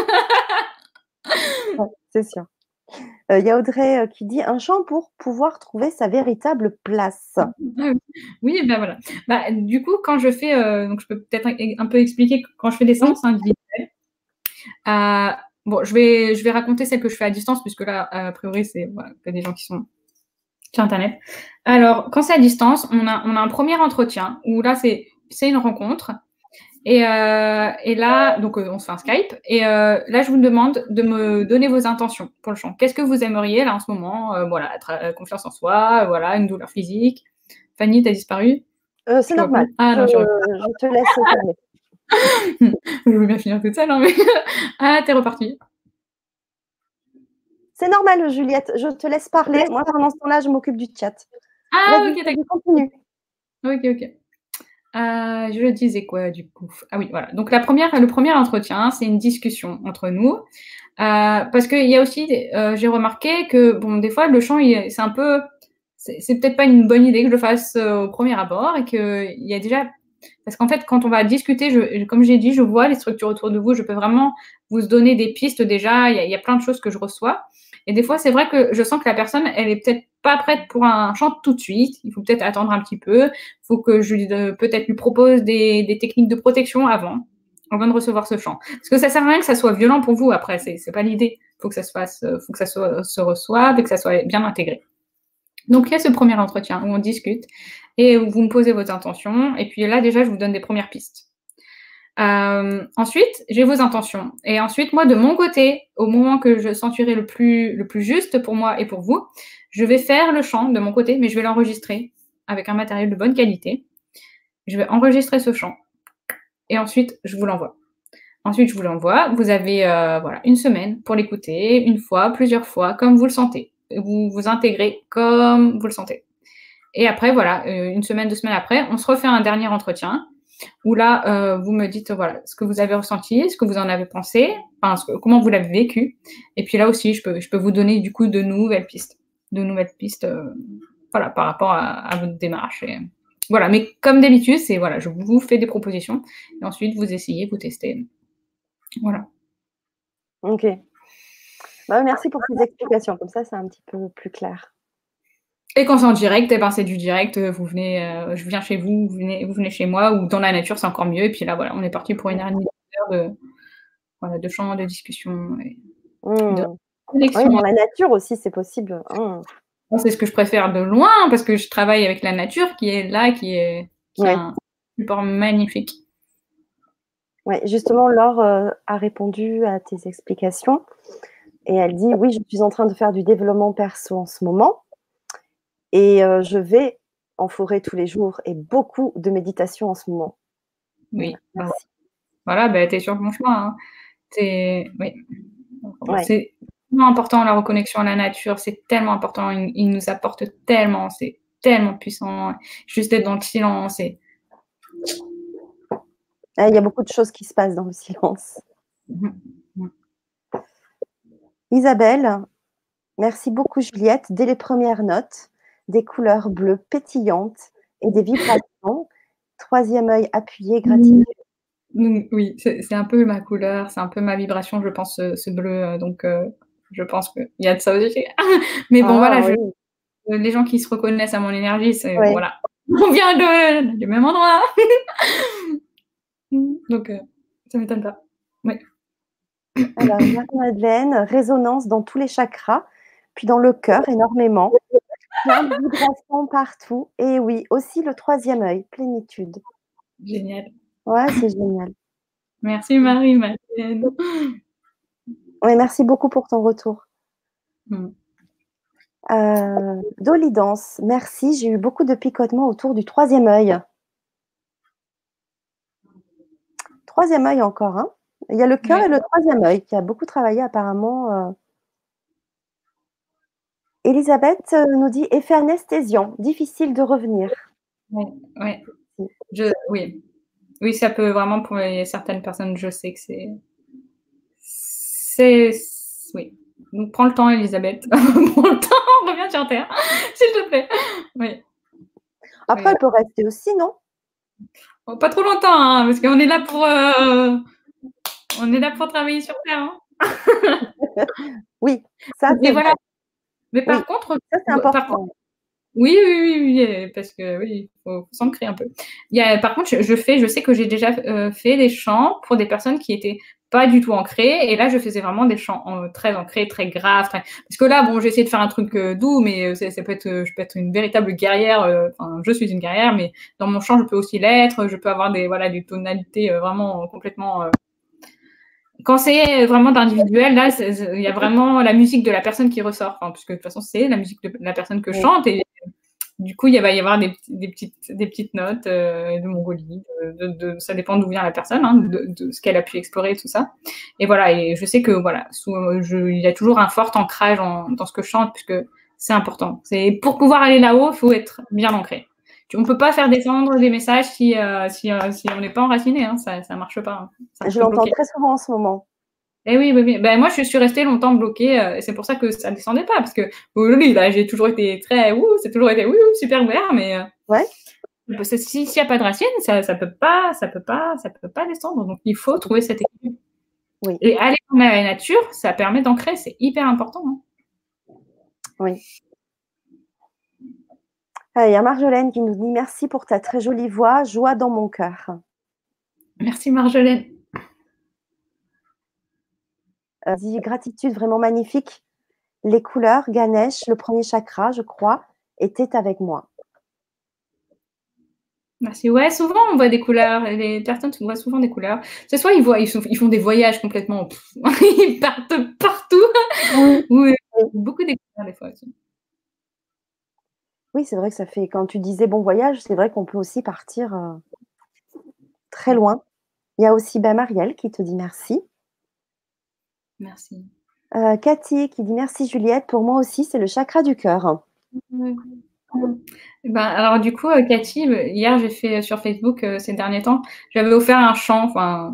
Ouais, c'est sûr. Il y a Audrey qui dit un chant pour pouvoir trouver sa véritable place. Oui, ben voilà. Du coup, quand je fais, donc je peux peut-être un peu expliquer quand je fais des séances individuelles. Bon, je vais raconter celle que je fais à distance, puisque là, a priori, c'est que des gens qui sont sur Internet. Alors, quand c'est à distance, on a un premier entretien où là, c'est une rencontre. Et là, donc on se fait un Skype. Et là, je vous demande de me donner vos intentions pour le chant. Qu'est-ce que vous aimeriez là en ce moment? Voilà, confiance en soi, voilà, une douleur physique. Fanny, t'as disparu? C'est normal. Ah non, je te laisse parler. Je veux bien finir toute seule, hein, mais ah, t'es repartie. C'est normal, Juliette. Je te laisse parler. Moi, pendant ce temps-là, je m'occupe du chat. Ah, ok, d'accord. Continue. Ok. Je disais quoi du coup? Ah oui, voilà. Donc le premier entretien, c'est une discussion entre nous. Parce qu'il y a aussi, j'ai remarqué que bon, des fois, le chant, c'est un peu, c'est peut-être pas une bonne idée que je le fasse au premier abord et qu'il y a déjà, parce qu'en fait, quand on va discuter, comme j'ai dit, je vois les structures autour de vous, je peux vraiment vous donner des pistes déjà, il y a plein de choses que je reçois. Et des fois, c'est vrai que je sens que la personne, elle est peut-être pas prête pour un chant tout de suite. Il faut peut-être attendre un petit peu. Il faut que je peut-être lui propose des techniques de protection avant de recevoir ce chant. Parce que ça sert à rien que ça soit violent pour vous après, c'est pas l'idée. Il faut que ça se fasse, faut que ça se reçoive et que ça soit bien intégré. Donc il y a ce premier entretien où on discute et où vous me posez vos intentions. Et puis là, déjà, je vous donne des premières pistes. Ensuite, j'ai vos intentions. Et ensuite, moi, de mon côté, au moment que je sentirai le plus juste pour moi et pour vous, je vais faire le chant de mon côté, mais je vais l'enregistrer avec un matériel de bonne qualité. Je vais enregistrer ce chant. Et ensuite, je vous l'envoie. Ensuite, je vous l'envoie. Vous avez une semaine pour l'écouter, une fois, plusieurs fois, comme vous le sentez. Vous vous intégrez comme vous le sentez. Et après, voilà, une semaine, 2 semaines après, on se refait un dernier entretien où là, vous me dites voilà ce que vous avez ressenti, ce que vous en avez pensé, comment vous l'avez vécu. Et puis là aussi, je peux vous donner du coup de nouvelles pistes, voilà, par rapport à votre démarche. Et, voilà, mais comme d'habitude, c'est voilà, je vous fais des propositions et ensuite vous essayez, vous testez. Voilà. Ok. Merci pour ces explications. Comme ça, c'est un petit peu plus clair. Et quand c'est en direct, c'est du direct. Vous venez, je viens chez vous, vous venez chez moi, ou dans la nature, c'est encore mieux. Et puis là, voilà, on est parti pour 1h30 de chant, de discussion, et de connexion. Oui, dans la nature aussi, c'est possible. C'est ce que je préfère de loin, parce que je travaille avec la nature qui est là, qui est un support magnifique. Oui, justement, Laure a répondu à tes explications et elle dit oui, je suis en train de faire du développement perso en ce moment et je vais en forêt tous les jours et beaucoup de méditation en ce moment. Oui. Merci. Voilà, tu es sur le bon chemin. Hein. Oui. Ouais. C'est tellement important la reconnexion à la nature, c'est tellement important, il nous apporte tellement, c'est tellement puissant, juste d'être dans le silence et Il y a beaucoup de choses qui se passent dans le silence. Isabelle, merci beaucoup Juliette. Dès les premières notes, des couleurs bleues pétillantes et des vibrations. Troisième œil appuyé, gratitude. Oui, c'est un peu ma couleur, c'est un peu ma vibration, je pense, ce bleu, donc je pense qu'il y a de ça aussi. Mais bon, voilà, Oui. les gens qui se reconnaissent à mon énergie, c'est Ouais. voilà, on vient du même endroit. Donc ça m'étonne pas. Oui. Alors, Marie-Madeleine, résonance dans tous les chakras, puis dans le cœur énormément. Plein de vibrations partout. Et oui, aussi le troisième œil, plénitude. Génial. Ouais, c'est génial. Merci Marie-Madeleine. Ouais, merci beaucoup pour ton retour. Dolly Dance, merci. J'ai eu beaucoup de picotements autour du troisième œil. Troisième œil encore, hein. Il y a le cœur et le troisième œil qui a beaucoup travaillé apparemment. Elisabeth nous dit effet anesthésiant, difficile de revenir. Ouais. Oui, ça peut vraiment pour certaines personnes, je sais que oui. Donc, prends le temps, Elisabeth. Prends le temps, reviens sur Terre, s'il te plaît. Oui. Après, elle peut rester aussi, non? Oh, pas trop longtemps, hein, parce qu'on est là pour travailler sur Terre. Hein. Oui, ça c'est voilà. vrai. Mais par contre, ça c'est important. Oui, parce que oui, il faut s'ancrer un peu. Par contre, je sais que j'ai déjà fait des chants pour des personnes qui étaient pas du tout ancrées, et là, je faisais vraiment des chants très ancrés, très graves, parce que là, bon, j'ai essayé de faire un truc doux, mais ça peut être, je peux être une véritable guerrière. Je suis une guerrière, mais dans mon chant, je peux aussi l'être. Je peux avoir des tonalités vraiment complètement. Quand c'est vraiment d'individuel, là, il y a vraiment la musique de la personne qui ressort, puisque de toute façon, c'est la musique de la personne que je chante, et du coup, il va y avoir des petites notes de Mongolie, ça dépend d'où vient la personne, hein, de ce qu'elle a pu explorer, tout ça. Et voilà, et je sais que voilà, il y a toujours un fort ancrage dans ce que je chante, puisque c'est important. Pour pouvoir aller là-haut, il faut être bien ancré. On ne peut pas faire descendre des messages si on n'est pas enraciné, hein, ça ne marche pas. Hein. Je l'entends très souvent en ce moment. Oui. Ben, moi, je suis restée longtemps bloquée, et c'est pour ça que ça ne descendait pas, parce que là, j'ai toujours été c'est toujours été super ouvert, mais s'il n'y a pas de racine, ça peut pas descendre. Donc, il faut trouver cet équilibre. Oui. Et aller dans la nature, ça permet d'ancrer, c'est hyper important. Hein. Oui. Il y a Marjolaine qui nous dit merci pour ta très jolie voix, joie dans mon cœur. Merci Marjolaine. Dit gratitude vraiment magnifique. Les couleurs, Ganesh, le premier chakra, je crois, était avec moi. Merci. Ouais, souvent on voit des couleurs. Les personnes voient souvent des couleurs. C'est soit ils font des voyages complètement. Ils partent partout. Oui. Beaucoup des couleurs des fois aussi. Oui, c'est vrai que ça fait. Quand tu disais bon voyage, c'est vrai qu'on peut aussi partir très loin. Il y a aussi Marielle qui te dit merci. Merci. Cathy qui dit merci Juliette. Pour moi aussi, c'est le chakra du cœur. Alors du coup, Cathy, hier j'ai fait sur Facebook ces derniers temps, j'avais offert un chant.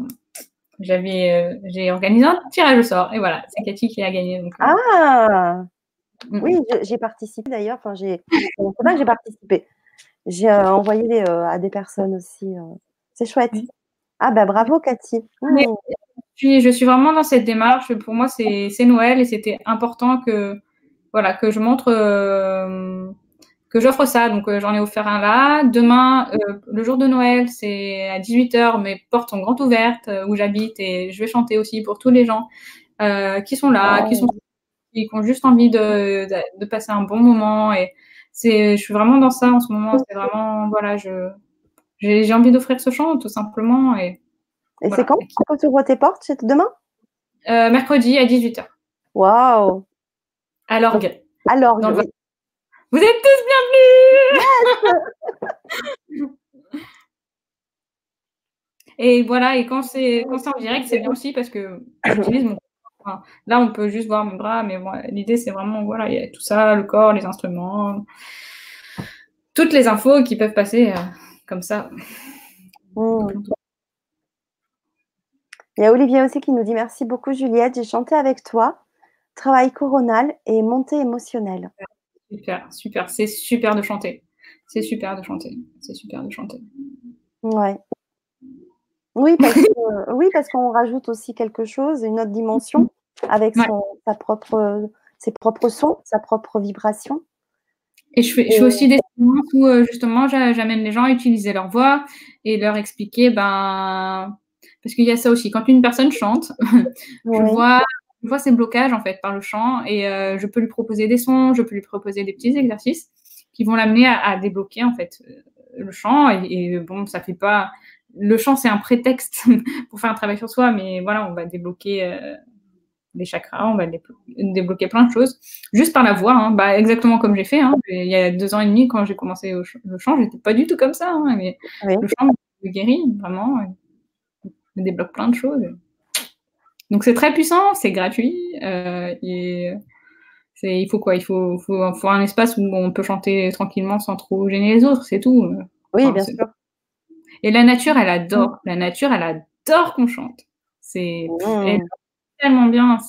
J'ai organisé un tirage au sort et voilà, c'est Cathy qui a gagné. Donc, oui, j'ai participé d'ailleurs. C'est pas que j'ai participé. J'ai envoyé à des personnes aussi. C'est chouette. Ah bravo Cathy. Je suis vraiment dans cette démarche. Pour moi, c'est Noël et c'était important que je montre que j'offre ça. Donc j'en ai offert un là. Demain, le jour de Noël, c'est à 18h. Mes portes sont grandes ouvertes où j'habite et je vais chanter aussi pour tous les gens qui sont là, qui ont juste envie de passer un bon moment. Et je suis vraiment dans ça en ce moment. C'est vraiment j'ai envie d'offrir ce chant tout simplement. Et c'est quand tu ouvres tes portes? C'est demain? Mercredi à 18h. Waouh! À l'orgue. À l'orgue, oui. Vous êtes tous bienvenus! Et voilà, et quand c'est en direct, c'est bien aussi parce que j'utilise mon enfin, là, on peut juste voir mon bras, mais bon, l'idée, c'est vraiment, voilà, il y a tout ça, le corps, les instruments, toutes les infos qui peuvent passer comme ça. Mmh. Il y a Olivier aussi qui nous dit: «Merci beaucoup Juliette, j'ai chanté avec toi, travail coronal et montée émotionnelle». Super, super, c'est super de chanter. C'est super de chanter. C'est super de chanter. Ouais. Oui, parce qu'on rajoute aussi quelque chose, une autre dimension avec Ouais. ses propres sons, sa propre vibration. Et je fais aussi des séances où justement j'amène les gens à utiliser leur voix et leur expliquer, ben, parce qu'il y a ça aussi. Quand une personne chante, je Oui. vois ses blocages en fait par le chant et je peux lui proposer des sons, je peux lui proposer des petits exercices qui vont l'amener à débloquer en fait le chant et bon, ça fait pas. Le chant, c'est un prétexte pour faire un travail sur soi, mais voilà, on va débloquer des chakras, on va débloquer plein de choses juste par la voix, hein. Bah, exactement comme j'ai fait. Hein. Il y a 2 ans et demi, quand j'ai commencé le chant, j'étais pas du tout comme ça. Hein, mais Oui. le chant me guérit vraiment, me débloque plein de choses. Donc c'est très puissant, c'est gratuit et il faut quoi? Il faut un espace où on peut chanter tranquillement sans trop gêner les autres, c'est tout. Oui, Enfin, bien sûr. et la nature, elle adore. La nature, elle adore qu'on chante. Elle Mmh. tellement bien.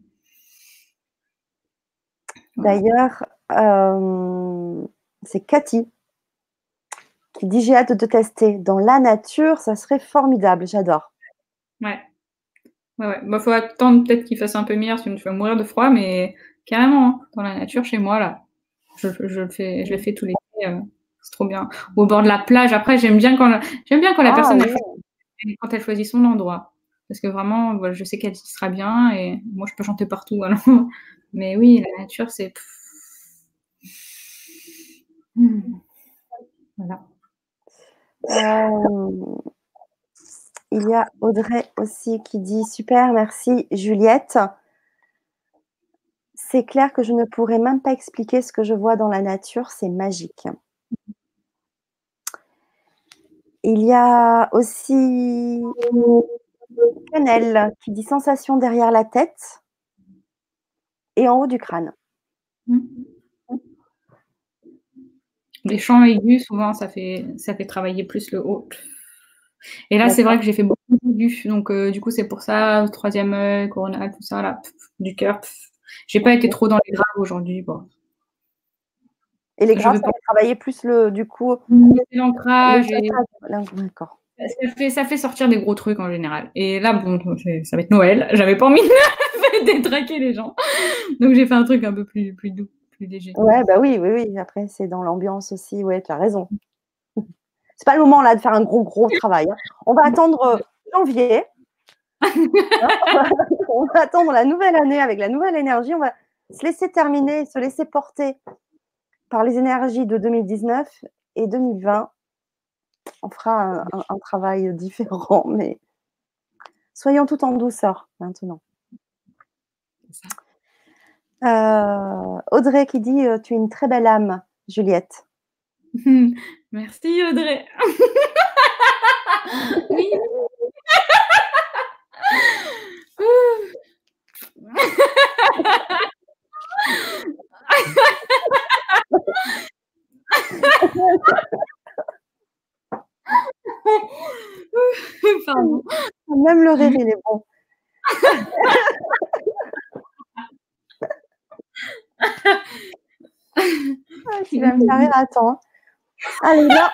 Voilà. D'ailleurs, c'est Cathy qui dit: «J'ai hâte de te tester. Dans la nature, ça serait formidable, j'adore». Ouais. Ouais, ouais. Bah, faut attendre peut-être qu'il fasse un peu meilleur, sinon tu vas mourir de froid, mais carrément, hein, dans la nature chez moi là, je le fais tout l'été, c'est trop bien. Au bord de la plage, après j'aime bien quand la Ah personne oui, quand elle choisit son endroit. Parce que vraiment, voilà, je sais qu'elle y sera bien et moi je peux chanter partout alors. Mais oui, la nature c'est voilà. hem, il y a Audrey aussi qui dit: «Super, merci Juliette. C'est clair que je ne pourrais même pas expliquer ce que je vois dans la nature, c'est magique». Il y a aussi Canel qui dit: «Sensation derrière la tête et en haut du crâne». Mmh. Les chants aigus, souvent ça fait travailler plus le haut. Et là, c'est vrai D'accord. que j'ai fait beaucoup d'aigus, donc du coup, c'est pour ça, 3e œil, coronal, tout ça là, du cœur. J'ai pas été OK. trop dans les graves aujourd'hui, bon. Et les Je graves, veux ça pas va travailler plus du coup, limiter le l'ancrage et chakra d'accord. ça fait sortir des gros trucs en général. Et là, bon, ça va être Noël, j'avais pas envie de détraquer les gens, donc j'ai fait un truc un peu plus doux, plus léger. Ouais, bah, oui, oui, oui, après c'est dans l'ambiance aussi, ouais, tu as raison. C'est pas le moment là de faire un gros, gros travail, hein. On va attendre, janvier, hein, on va attendre la nouvelle année avec la nouvelle énergie, on va se laisser terminer, se laisser porter par les énergies de 2019 et 2020. On fera un travail différent, mais soyons tout en douceur maintenant. C'est ça. Audrey qui dit, «Tu es une très belle âme, Juliette». Merci Audrey. Oui. Pardon. Même le rire, il est bon. Ah, tu vas me faire rire, attends. Allez, là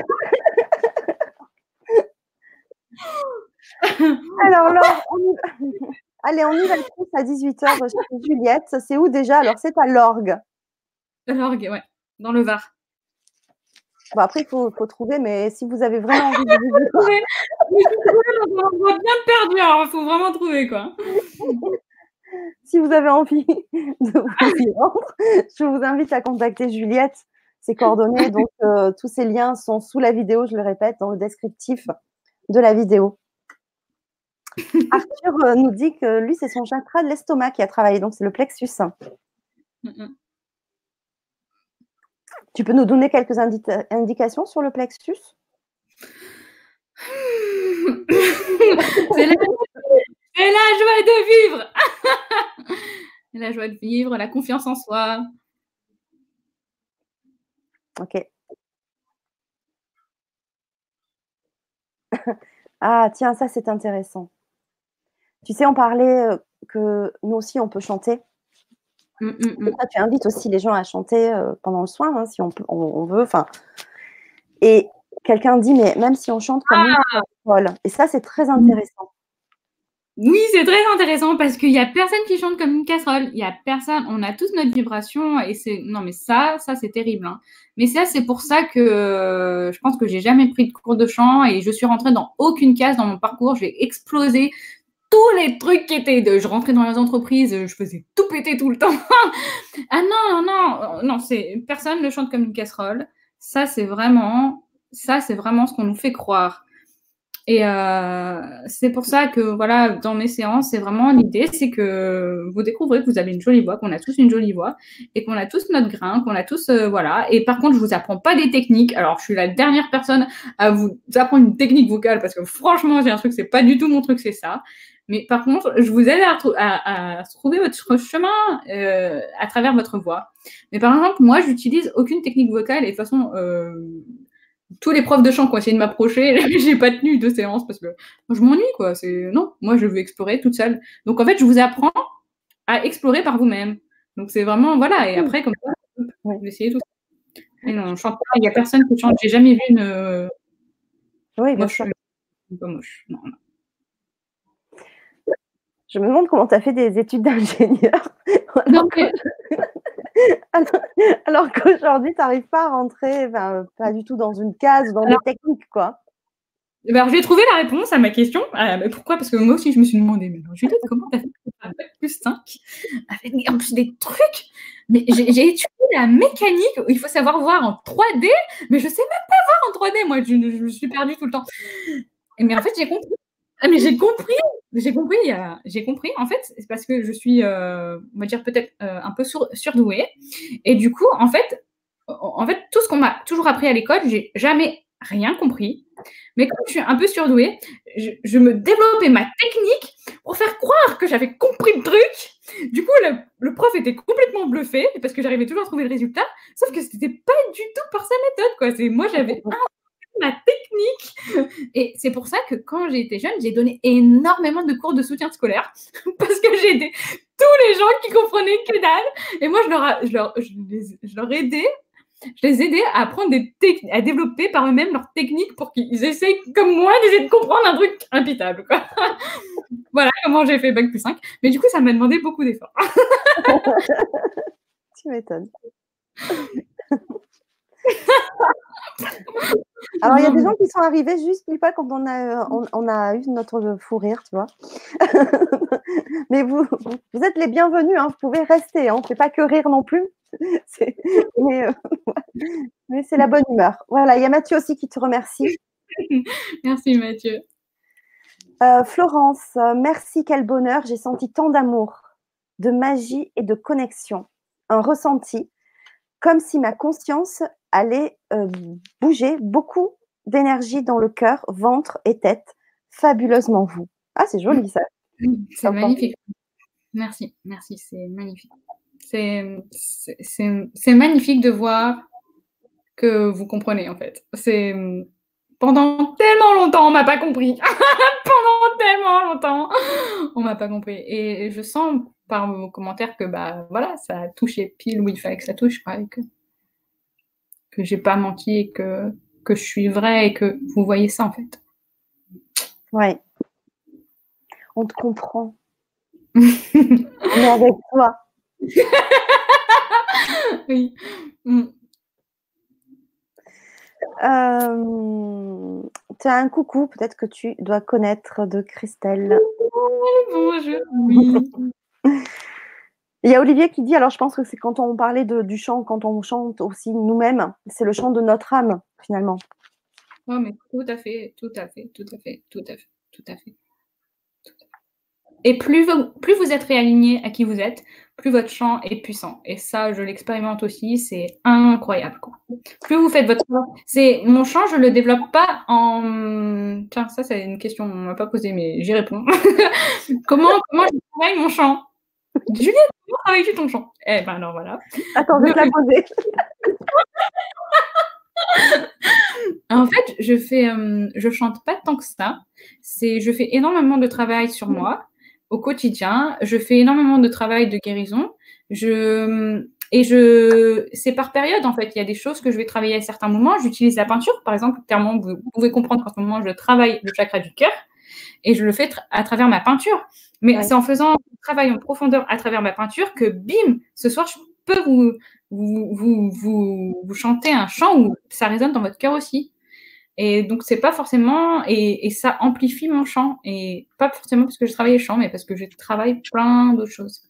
alors Laure, on y va. Allez, on y va tous à 18h chez Juliette. C'est où déjà? Alors, c'est à l'orgue. L'orgue, ouais, dans le Var. Bon, après, il faut trouver, mais si vous avez vraiment envie de vous Trouver. Je me suis trouvée dans un endroit bien perdu, alors il faut vraiment trouver, quoi. si vous avez envie de vous y rendre, je vous invite à contacter Juliette. Ses coordonnées, donc tous ces liens sont sous la vidéo, je le répète, dans le descriptif de la vidéo. Arthur, nous dit que lui, c'est son chakra de l'estomac qui a travaillé, donc c'est le plexus. Mmh mh. Tu peux nous donner quelques indications sur le plexus? C'est la joie de vivre. La joie de vivre, la confiance en soi. OK. Ah tiens, ça c'est intéressant. Tu sais, on parlait, que nous aussi on peut chanter. Et toi, tu invites aussi les gens à chanter, pendant le soin, hein, si on veut, enfin et quelqu'un dit: «Mais même si on chante comme une casserole» et ça, c'est très intéressant. Oui, c'est très intéressant parce qu'il y a personne qui chante comme une casserole. Il y a personne. On a tous notre vibration et c'est non mais ça c'est terrible. Hein. Mais ça c'est pour ça que je pense que j'ai jamais pris de cours de chant et je suis rentrée dans aucune case dans mon parcours. J'ai explosé tous les trucs qui étaient de. Je rentrais dans les entreprises, je faisais tout péter tout le temps. Ah non, c'est personne ne chante comme une casserole. Ça c'est vraiment ce qu'on nous fait croire. Et c'est pour ça que voilà, dans mes séances, c'est vraiment l'idée, c'est que vous découvrez que vous avez une jolie voix, qu'on a tous une jolie voix et qu'on a tous notre grain, qu'on a tous voilà. Et par contre, je vous apprends pas des techniques. Alors, je suis la dernière personne à vous apprendre une technique vocale parce que franchement, j'ai un truc, c'est pas du tout mon truc, c'est ça. Mais par contre, je vous aide à trouver votre chemin à travers votre voix. Mais par exemple, moi, j'utilise aucune technique vocale et de toute façon, tous les profs de chant qui ont essayé de m'approcher, j'ai pas tenu 2 séances parce que je m'ennuie, quoi. C'est non, moi, je veux explorer toute seule. Donc, en fait, je vous apprends à explorer par vous-même. Donc, c'est vraiment, voilà. Et après, comme ça, vous essayez tout ça. Mais non, on chante pas. Il y a personne qui chante. J'ai jamais vu une Oui, bien moche, sûr. pas moche. Non, non. Je me demande comment tu as fait des études d'ingénieur Non, mais alors qu'aujourd'hui, tu arrives pas à rentrer, enfin, pas du tout dans une case ou dans des alors, techniques, quoi. alors, j'ai trouvé la réponse à ma question. Mais pourquoi? Parce que moi aussi, je me suis demandé, mais alors, Judith, comment tu as fait pour faire bac+5 avec en plus des trucs? Mais j'ai étudié la mécanique. Il faut savoir voir en 3D, mais je sais même pas voir en 3D. Moi, je me suis perdue tout le temps. Mais en fait, j'ai compris. Ah, mais j'ai compris. En fait, c'est parce que je suis, on va dire peut-être un peu surdouée. Et du coup, en fait, tout ce qu'on m'a toujours appris à l'école, j'ai jamais rien compris. Mais comme je suis un peu surdouée, je me développais ma technique pour faire croire que j'avais compris le truc. Du coup, le prof était complètement bluffé parce que j'arrivais toujours à trouver le résultat, sauf que c'était pas du tout par sa méthode, quoi. C'est moi, j'avais ma technique. Et c'est pour ça que quand j'ai été jeune, j'ai donné énormément de cours de soutien scolaire parce que j'ai aidé tous les gens qui comprenaient que dalle. Et moi, je leur aidais je les aidais à apprendre à développer par eux-mêmes leurs techniques pour qu'ils essayent, comme moi, d'essayer de comprendre un truc impitable, quoi. Voilà comment j'ai fait bac+5. Mais du coup, ça m'a demandé beaucoup d'efforts. Tu m'étonnes. Alors, il y a des gens qui sont arrivés juste pile poil quand on a eu notre fou rire, tu vois. Mais vous êtes les bienvenus, hein, vous pouvez rester, hein, on ne fait pas que rire non plus. Mais, mais c'est la bonne humeur. Voilà, il y a Mathieu aussi qui te remercie. Merci Mathieu. Florence, merci, quel bonheur, j'ai senti tant d'amour, de magie et de connexion. Un ressenti, comme si ma conscience allait bouger, beaucoup d'énergie dans le cœur, ventre et tête. Fabuleusement vous. Ah, c'est joli ça. C'est magnifique. Merci, c'est magnifique. C'est magnifique de voir que vous comprenez en fait. Pendant tellement longtemps, on m'a pas compris. Pendant tellement longtemps, on m'a pas compris. Et je sens par vos commentaires que bah voilà, ça a touché pile où il fallait que ça touche, quoi, et que j'ai pas menti et que je suis vraie et que vous voyez ça en fait. Ouais. On te comprend. On est avec toi. Oui. Tu as un coucou, peut-être que tu dois connaître de Christelle. Bonjour. Oui. Il y a Olivier qui dit, alors je pense que c'est quand on parlait du chant, quand on chante aussi nous-mêmes, c'est le chant de notre âme, finalement. Ouais, mais tout à fait, tout à fait, tout à fait, tout à fait, tout à fait. Et plus vous êtes réaligné à qui vous êtes, plus votre chant est puissant. Et ça, je l'expérimente aussi, c'est incroyable, quoi. Plus vous faites votre mon chant, je le développe pas en. Tiens, ça, c'est une question qu'on m'a pas posée, mais j'y réponds. comment je travaille mon chant? Juliette, comment travailles-tu ton chant? Eh ben alors voilà. Attends, je vais te la poser. En fait, je chante pas tant que ça. Je fais énormément de travail sur moi au quotidien. Je fais énormément de travail de guérison. C'est par période en fait. Il y a des choses que je vais travailler à certains moments. J'utilise la peinture, par exemple. Clairement, vous pouvez comprendre qu'en ce moment, je travaille le chakra du cœur et je le fais à travers ma peinture. Mais c'est en faisant un travail en profondeur à travers ma peinture que, bim, ce soir, je peux vous chanter un chant où ça résonne dans votre cœur aussi. Et donc, c'est pas forcément. Et ça amplifie mon chant. Et pas forcément parce que je travaille le chant, mais parce que je travaille plein d'autres choses.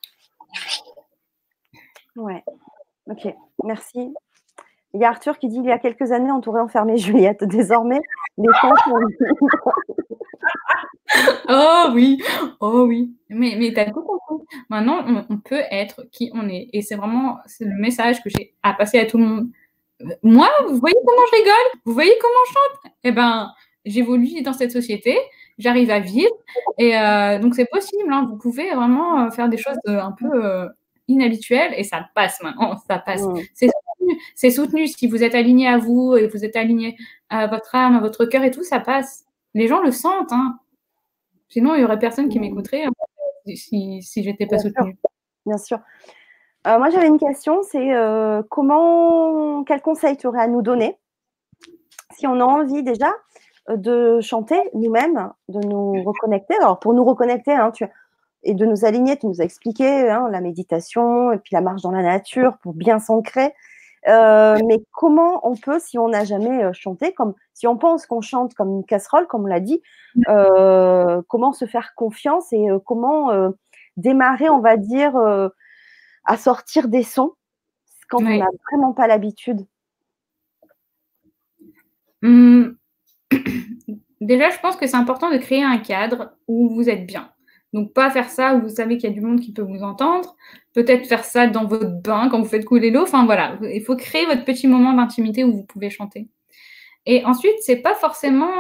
Ouais. Ok. Merci. Il y a Arthur qui dit il y a quelques années, on t'aurait enfermé, Juliette. Désormais, les temps sont. Oh oui, oh oui. Mais t'as tout compris. Maintenant, on peut être qui on est. Et c'est le message que j'ai à passer à tout le monde. Moi, vous voyez comment je rigole? Vous voyez comment je chante? Eh ben, j'évolue dans cette société, j'arrive à vivre. Et donc, c'est possible. Hein. Vous pouvez vraiment faire des choses un peu inhabituelles et ça passe maintenant. Ça passe. C'est soutenu. Si vous êtes aligné à vous et vous êtes aligné à votre âme, à votre cœur et tout, ça passe. Les gens le sentent. Hein. Sinon, il n'y aurait personne qui m'écouterait si j'étais pas soutenue. Bien sûr. Moi, j'avais une question, c'est quel conseil tu aurais à nous donner si on a envie déjà de chanter nous-mêmes, de nous reconnecter. Alors, pour nous reconnecter et de nous aligner, tu nous as expliqué la méditation et puis la marche dans la nature pour bien s'ancrer. Mais comment on peut, si on n'a jamais chanté, si on pense qu'on chante comme une casserole, comme on l'a dit, comment se faire confiance et comment démarrer, on va dire, à sortir des sons quand on n'a vraiment pas l'habitude? Déjà, je pense que c'est important de créer un cadre où vous êtes bien. Donc, pas faire ça où vous savez qu'il y a du monde qui peut vous entendre. Peut-être faire ça dans votre bain quand vous faites couler l'eau. Enfin, voilà. Il faut créer votre petit moment d'intimité où vous pouvez chanter. Et ensuite, c'est pas forcément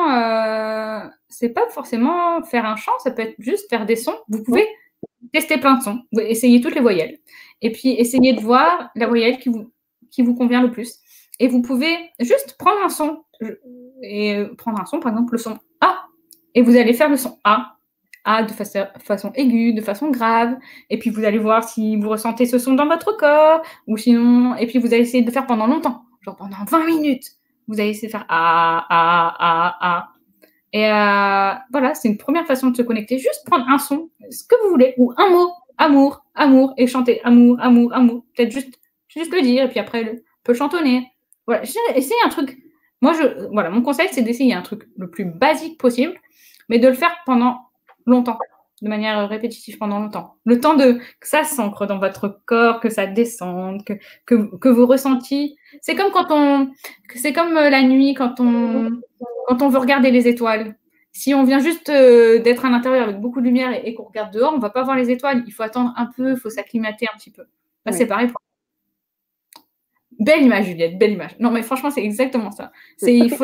faire un chant. Ça peut être juste faire des sons. Vous pouvez tester plein de sons. Essayez toutes les voyelles. Et puis, essayez de voir la voyelle qui vous convient le plus. Et vous pouvez juste prendre un son. Par exemple, le son A. Et vous allez faire le son A de façon aiguë, de façon grave. Et puis, vous allez voir si vous ressentez ce son dans votre corps. Ou sinon, et puis, vous allez essayer de le faire pendant longtemps. Genre pendant 20 minutes. Vous allez essayer de faire A, A, A, A. Et voilà, c'est une première façon de se connecter. Juste prendre un son, ce que vous voulez, ou un mot, amour, amour, et chanter amour, amour, amour. Peut-être juste le dire, et puis après, on peut chantonner. Voilà, essayez un truc. Voilà, mon conseil, c'est d'essayer un truc le plus basique possible, mais de le faire pendant longtemps, de manière répétitive pendant longtemps. Le temps que ça s'ancre dans votre corps, que ça descende, que vous ressentiez. C'est comme c'est comme la nuit quand on veut regarder les étoiles. Si on vient juste d'être à l'intérieur avec beaucoup de lumière et qu'on regarde dehors, on ne va pas voir les étoiles. Il faut attendre un peu, il faut s'acclimater un petit peu. Là, c'est pareil. Belle image, Juliette, belle image. Non, mais franchement, c'est exactement ça. Il faut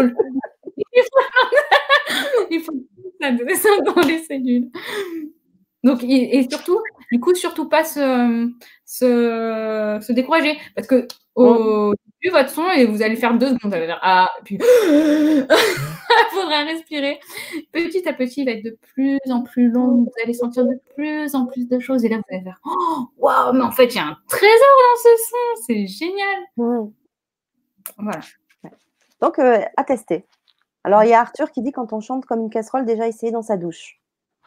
ça descendre dans les cellules. Donc, et surtout, du coup, surtout pas se décourager. Parce que au début, votre son, et vous allez faire 2 secondes, vous allez faire ah, puis il faudra respirer. Petit à petit, il va être de plus en plus long. Vous allez sentir de plus en plus de choses. Et là, vous allez faire oh, waouh, mais en fait, il y a un trésor dans ce son. C'est génial. Voilà. Donc, à tester. Alors, il y a Arthur qui dit quand on chante comme une casserole, déjà essayer dans sa douche.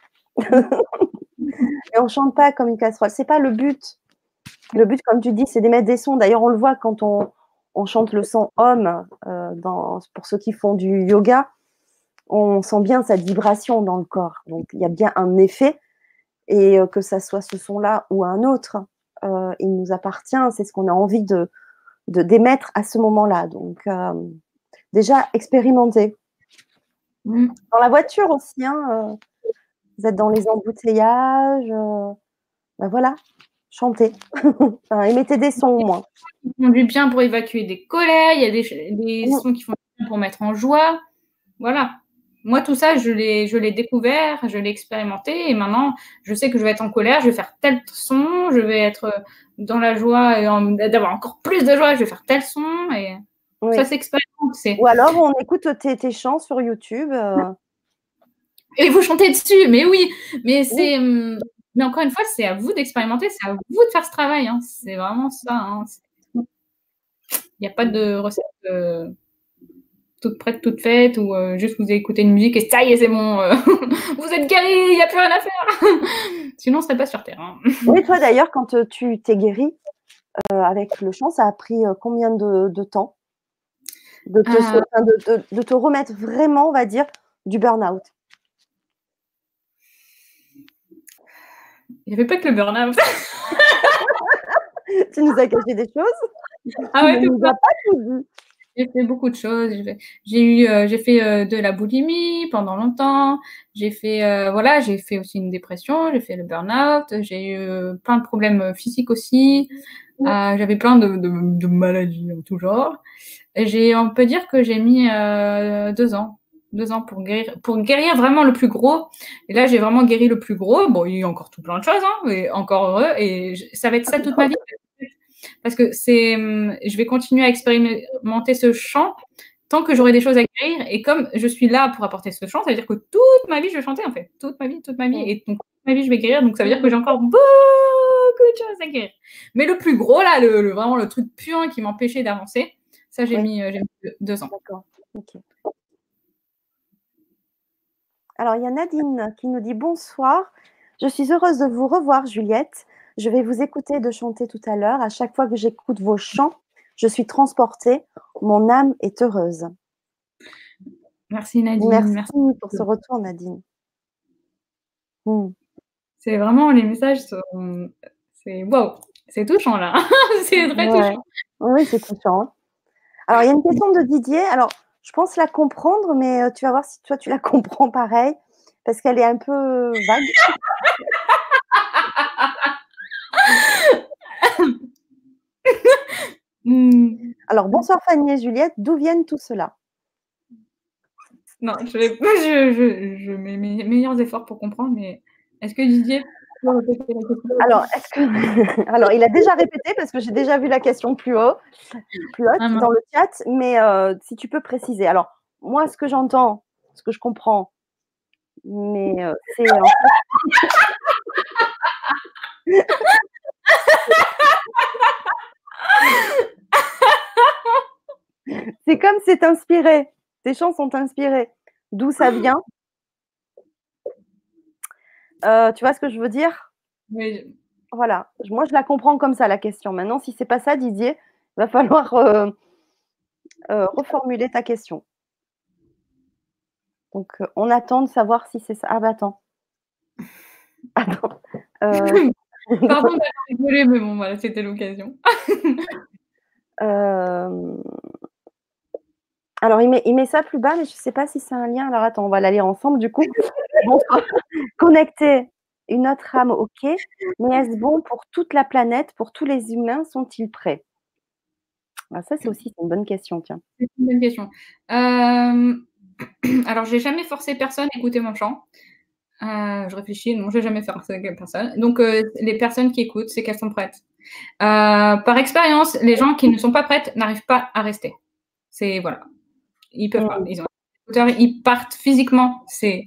Et on ne chante pas comme une casserole. Ce n'est pas le but. Le but, comme tu dis, c'est d'émettre des sons. D'ailleurs, on le voit quand on chante le son Om, pour ceux qui font du yoga, on sent bien cette vibration dans le corps. Donc, il y a bien un effet. Et que ça soit ce son-là ou un autre, il nous appartient. C'est ce qu'on a envie d'émettre à ce moment-là. Donc, déjà, expérimenter. Dans la voiture aussi, Vous êtes dans les embouteillages, ben voilà, chantez. Enfin, émettez des sons au moins. Ils font du bien pour évacuer des colères, il y a des sons qui font du bien pour mettre en joie. Voilà. Moi, tout ça, je l'ai découvert, je l'ai expérimenté, et maintenant, je sais que je vais être en colère, je vais faire tel son, je vais être dans la joie et d'avoir encore plus de joie, je vais faire tel son, et ça s'expérimente. Ou alors, on écoute tes chants sur YouTube. Et vous chantez dessus, mais oui, mais c'est... Mais encore une fois, c'est à vous d'expérimenter, c'est à vous de faire ce travail. Hein. C'est vraiment ça. Hein. Il n'y a pas de recette toute prête, toute faite, ou juste vous écoutez une musique et ça y est, c'est bon, vous êtes guéri, il n'y a plus rien à faire. Sinon, on ne serait pas sur Terre. Hein. Oui, toi d'ailleurs, quand tu t'es guéri avec le chant, ça a pris combien de temps de te remettre vraiment, on va dire, du burn-out? Il n'y avait pas que le burn-out. Tu nous as caché des choses. Ah ouais, tu nous as pas tout dit. J'ai fait beaucoup de choses. J'ai fait de la boulimie pendant longtemps. J'ai fait aussi une dépression. J'ai fait le burn-out. J'ai eu plein de problèmes physiques aussi. J'avais plein de maladies en tout genre. On peut dire que j'ai mis 2 ans. 2 ans pour guérir vraiment le plus gros. Et là, j'ai vraiment guéri le plus gros. Bon, il y a encore tout plein de choses, hein, et encore heureux. Et ça va être ça toute ma vie. Parce que je vais continuer à expérimenter ce chant tant que j'aurai des choses à guérir. Et comme je suis là pour apporter ce chant, ça veut dire que toute ma vie, je vais chanter, en fait. Toute ma vie. Et donc, toute ma vie, je vais guérir. Donc, ça veut dire que j'ai encore beaucoup de choses à guérir. Mais le plus gros, là, vraiment le truc puant qui m'empêchait d'avancer, ça, j'ai mis 2 ans. D'accord. Ok. Alors, il y a Nadine qui nous dit « Bonsoir, je suis heureuse de vous revoir, Juliette. Je vais vous écouter de chanter tout à l'heure. À chaque fois que j'écoute vos chants, je suis transportée. Mon âme est heureuse. » Merci, Nadine. Merci pour ce retour, Nadine. C'est vraiment, les messages sont... C'est wow, c'est touchant, là. C'est très touchant. Oui, c'est touchant. Alors, il y a une question de Didier. Alors, je pense la comprendre, mais tu vas voir si toi, tu la comprends pareil, parce qu'elle est un peu vague. Alors, bonsoir Fanny et Juliette, d'où viennent tout cela? Non, je mets mes meilleurs efforts pour comprendre, mais est-ce que Didier peut répéter la question? Alors, il a déjà répété, parce que j'ai déjà vu la question plus haute dans le chat, mais si tu peux préciser. Alors, moi, ce que j'entends, ce que je comprends, mais c'est... En fait... C'est comme c'est inspiré. Tes chants sont inspirés. D'où ça vient? Tu vois ce que je veux dire? Oui. Voilà. Moi, je la comprends comme ça, la question. Maintenant, si c'est pas ça, Didier, il va falloir reformuler ta question. Donc, on attend de savoir si c'est ça. Ah bah attends. Pardon d'avoir rigolé, mais bon, voilà, c'était l'occasion. Alors, il met ça plus bas, mais je ne sais pas si c'est un lien. Alors, attends, on va la lire ensemble, du coup. Bonsoir. Connecter une autre âme, ok. Mais est-ce bon pour toute la planète, pour tous les humains, sont-ils prêts? Ah, ça, c'est aussi une bonne question, tiens. C'est une bonne question. Alors, j'ai jamais forcé personne à écouter mon chant. Je réfléchis, non, j'ai jamais forcé personne. Donc, les personnes qui écoutent, c'est qu'elles sont prêtes. Par expérience, les gens qui ne sont pas prêtes n'arrivent pas à rester. C'est voilà, ils peuvent pas. Ils ont écouteurs, ils partent physiquement.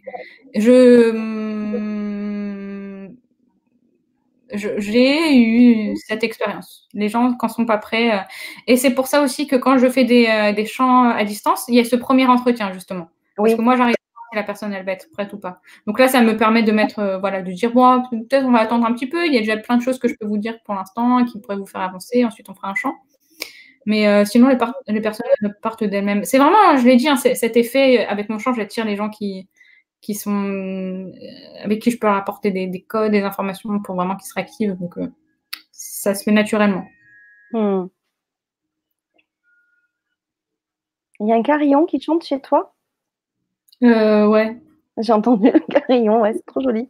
J'ai eu cette expérience. Les gens, quand ils sont pas prêts, et c'est pour ça aussi que quand je fais des chants à distance, il y a ce premier entretien justement, parce que moi j'arrive à voir si la personne elle va être prête ou pas. Donc là, ça me permet de mettre, de dire bon, peut-être on va attendre un petit peu. Il y a déjà plein de choses que je peux vous dire pour l'instant qui pourraient vous faire avancer. Ensuite, on fera un chant. Mais sinon, les personnes partent d'elles-mêmes. C'est vraiment, je l'ai dit, hein, cet effet avec mon chant, j'attire les gens avec qui je peux leur apporter des codes, des informations pour vraiment qu'ils se réactivent. Donc, ça se fait naturellement. Il y a un carillon qui chante chez toi? Ouais. J'ai entendu le carillon, ouais, c'est trop joli.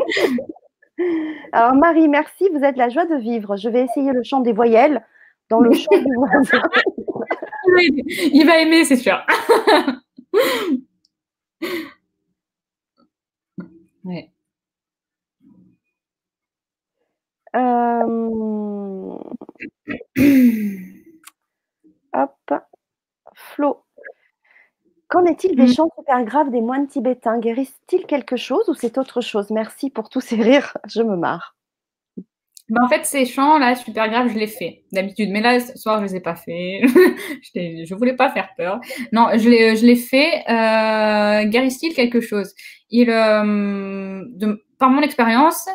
Alors Marie, merci, vous êtes la joie de vivre. Je vais essayer le chant des voyelles dans le chant du voisin. Il va aimer, c'est sûr. Ouais. Hop, Flo. Qu'en est-il des chants super graves des moines tibétains? Guérissent-ils quelque chose ou c'est autre chose? Merci pour tous ces rires, je me marre. Bah, en fait, ces chants là, super graves, je les fais d'habitude. Mais là, ce soir, je les ai pas fait. Je voulais pas faire peur. Non, je les fais. Guérissent-ils quelque chose? Par mon expérience,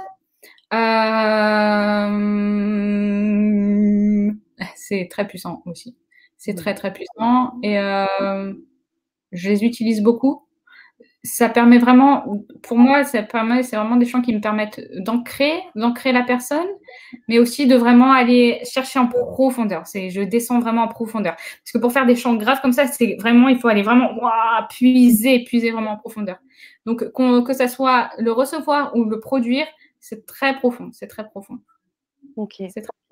c'est très puissant aussi. C'est très très puissant et je les utilise beaucoup. Ça permet vraiment, pour moi, c'est vraiment des chants qui me permettent d'ancrer la personne, mais aussi de vraiment aller chercher en profondeur. Je descends vraiment en profondeur. Parce que pour faire des chants graves comme ça, c'est vraiment, il faut aller vraiment puiser vraiment en profondeur. Donc, que ça soit le recevoir ou le produire, c'est très profond. C'est très profond. Ok. C'est très...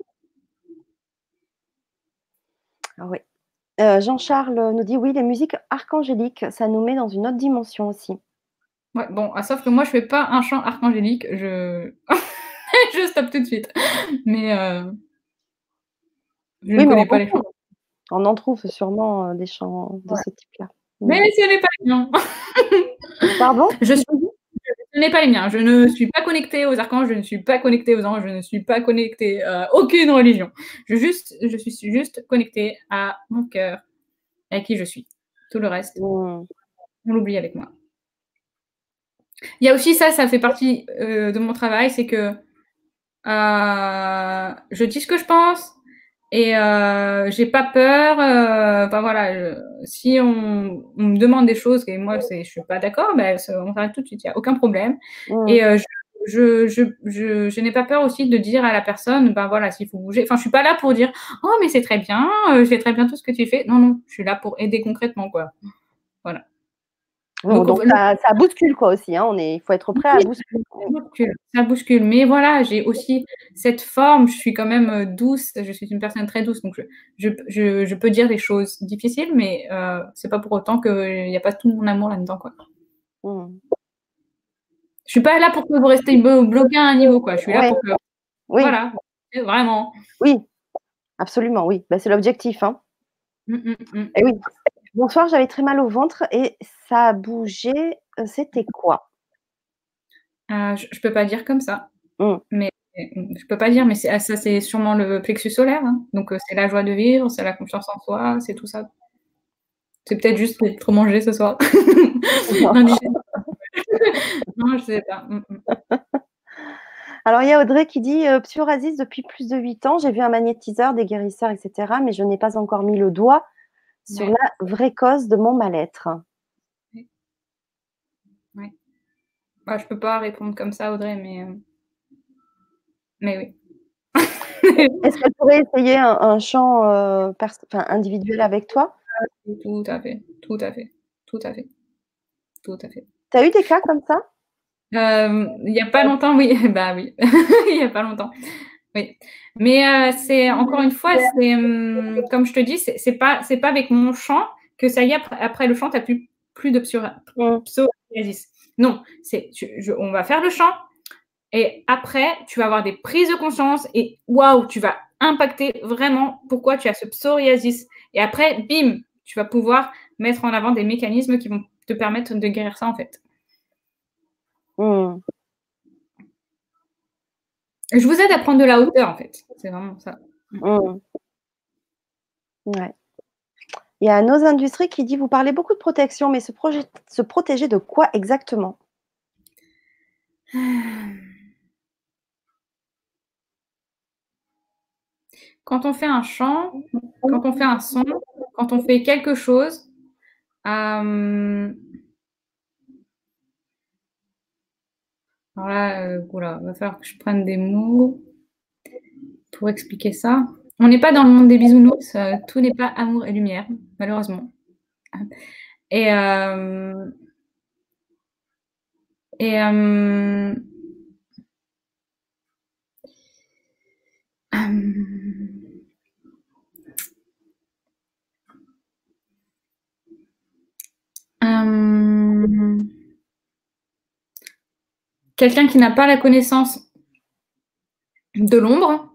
Ah oui. Jean-Charles nous dit oui, les musiques archangéliques, ça nous met dans une autre dimension aussi. Ouais, bon, sauf que moi, je fais pas un chant archangélique. Je stoppe tout de suite. Mais je ne connais pas les chants. On en trouve sûrement des chants de ce type-là. Mais ce n'est pas les miens. Pardon? Ce n'est pas les miens. Je ne suis pas connectée aux archanges, je ne suis pas connectée aux anges, je ne suis pas connectée à aucune religion. Je suis juste connectée à mon cœur, à qui je suis. Tout le reste, on l'oublie avec moi. Il y a aussi ça fait partie de mon travail, c'est que je dis ce que je pense et j'ai pas peur. Voilà, si on me demande des choses et moi je suis pas d'accord, ben, on s'arrête tout de suite. Il y a aucun problème. Et je n'ai pas peur aussi de dire à la personne, ben voilà, s'il faut bouger. Enfin, je suis pas là pour dire, oh mais c'est très bien, j'ai très bien tout ce que tu fais. Non, je suis là pour aider concrètement, quoi. Voilà. Donc ça bouscule quoi aussi, hein, il faut être prêt à bousculer. Ça bouscule. Mais voilà, j'ai aussi cette forme, je suis quand même douce, je suis une personne très douce, donc je peux dire des choses difficiles, mais c'est pas pour autant qu'il n'y a pas tout mon amour là-dedans, quoi. Je suis pas là pour que vous restiez bloqué à un niveau, quoi. Je suis là pour que... Oui. Voilà, vraiment. Oui, absolument, oui. Ben, c'est l'objectif, hein. Et oui. Bonsoir, j'avais très mal au ventre et ça a bougé. C'était quoi? Je peux pas dire comme ça. Mais je peux pas dire, mais ça, c'est sûrement le plexus solaire. Hein. Donc, c'est la joie de vivre, c'est la confiance en soi, c'est tout ça. C'est peut-être juste trop manger ce soir. Non, je sais pas. Alors, il y a Audrey qui dit psoriasis depuis plus de 8 ans. J'ai vu un magnétiseur, des guérisseurs, etc. Mais je n'ai pas encore mis le doigt sur la vraie cause de mon mal-être. Ouais. Bah, je peux pas répondre comme ça, Audrey, mais oui. Est-ce qu'elle pourrait essayer un chant individuel avec toi? Tout à fait. Tout à fait. Tout à fait. Tout à fait. Tu as eu des cas comme ça? Il y a pas longtemps, oui. Bah oui. Il y a pas longtemps. Oui. Mais c'est encore une fois, c'est comme je te dis, c'est pas avec mon chant que ça y est, après le chant, tu n'as plus de psoriasis. Non, on va faire le chant et après, tu vas avoir des prises de conscience et waouh, tu vas impacter vraiment pourquoi tu as ce psoriasis. Et après, bim, tu vas pouvoir mettre en avant des mécanismes qui vont te permettre de guérir ça en fait. Je vous aide à prendre de la hauteur en fait. C'est vraiment ça. Ouais. Il y a Nos Industries qui dit vous parlez beaucoup de protection, mais se protéger de quoi exactement? Quand on fait un chant, quand on fait un son, quand on fait quelque chose, alors là, il va falloir que je prenne des mots pour expliquer ça. On n'est pas dans le monde des bisounours, tout n'est pas amour et lumière, malheureusement. Et Et quelqu'un qui n'a pas la connaissance de l'ombre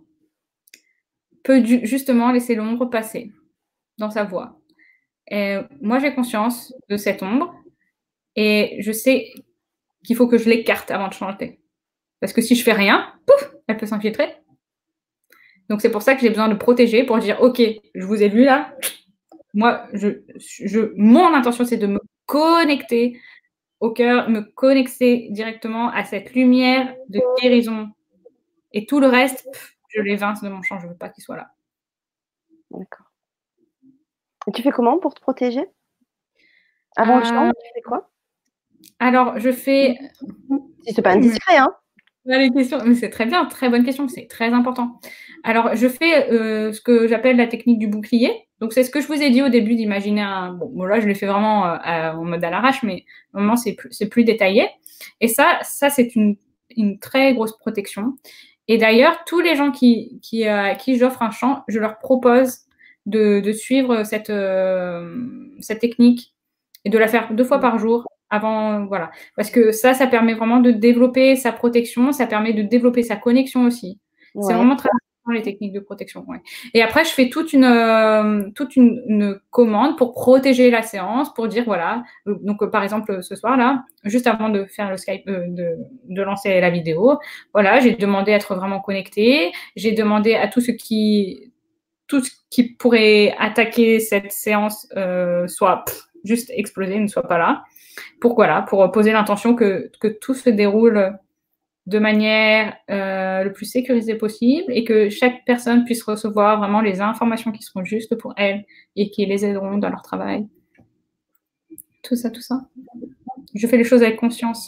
peut justement laisser l'ombre passer dans sa voie. Et moi, j'ai conscience de cette ombre et je sais qu'il faut que je l'écarte avant de changer. Parce que si je fais rien, pouf, elle peut s'infiltrer. Donc c'est pour ça que j'ai besoin de protéger pour dire ok, je vous ai vu là. Moi, mon intention c'est de me connecter au cœur, me connecter directement à cette lumière de guérison. Et tout le reste, je l'évince de mon champ, je ne veux pas qu'il soit là. D'accord. Et tu fais comment pour te protéger? Avant le chant, tu fais quoi? Alors, je fais. Si c'est pas indiscret, hein? Les questions, mais c'est très bien, très bonne question, c'est très important. Alors, je fais ce que j'appelle la technique du bouclier. Donc, c'est ce que je vous ai dit au début d'imaginer un. Bon, là, je l'ai fait vraiment en mode à l'arrache, mais au moment, c'est plus détaillé. Et ça c'est une très grosse protection. Et d'ailleurs, tous les gens à qui j'offre un chant, je leur propose de suivre cette technique et de la faire 2 fois par jour avant, voilà. Parce que ça permet vraiment de développer sa protection, ça permet de développer sa connexion aussi. Ouais. C'est vraiment très important, les techniques de protection. Ouais. Et après, je fais toute une commande pour protéger la séance, pour dire, voilà, donc par exemple, ce soir-là, juste avant de faire le Skype, de lancer la vidéo, voilà, j'ai demandé à être vraiment connectée, j'ai demandé à tout ce qui pourrait attaquer cette séance soit juste exploser, ne soit pas là. Pour poser l'intention que tout se déroule de manière le plus sécurisée possible et que chaque personne puisse recevoir vraiment les informations qui seront justes pour elle et qui les aideront dans leur travail. Tout ça. Je fais les choses avec conscience.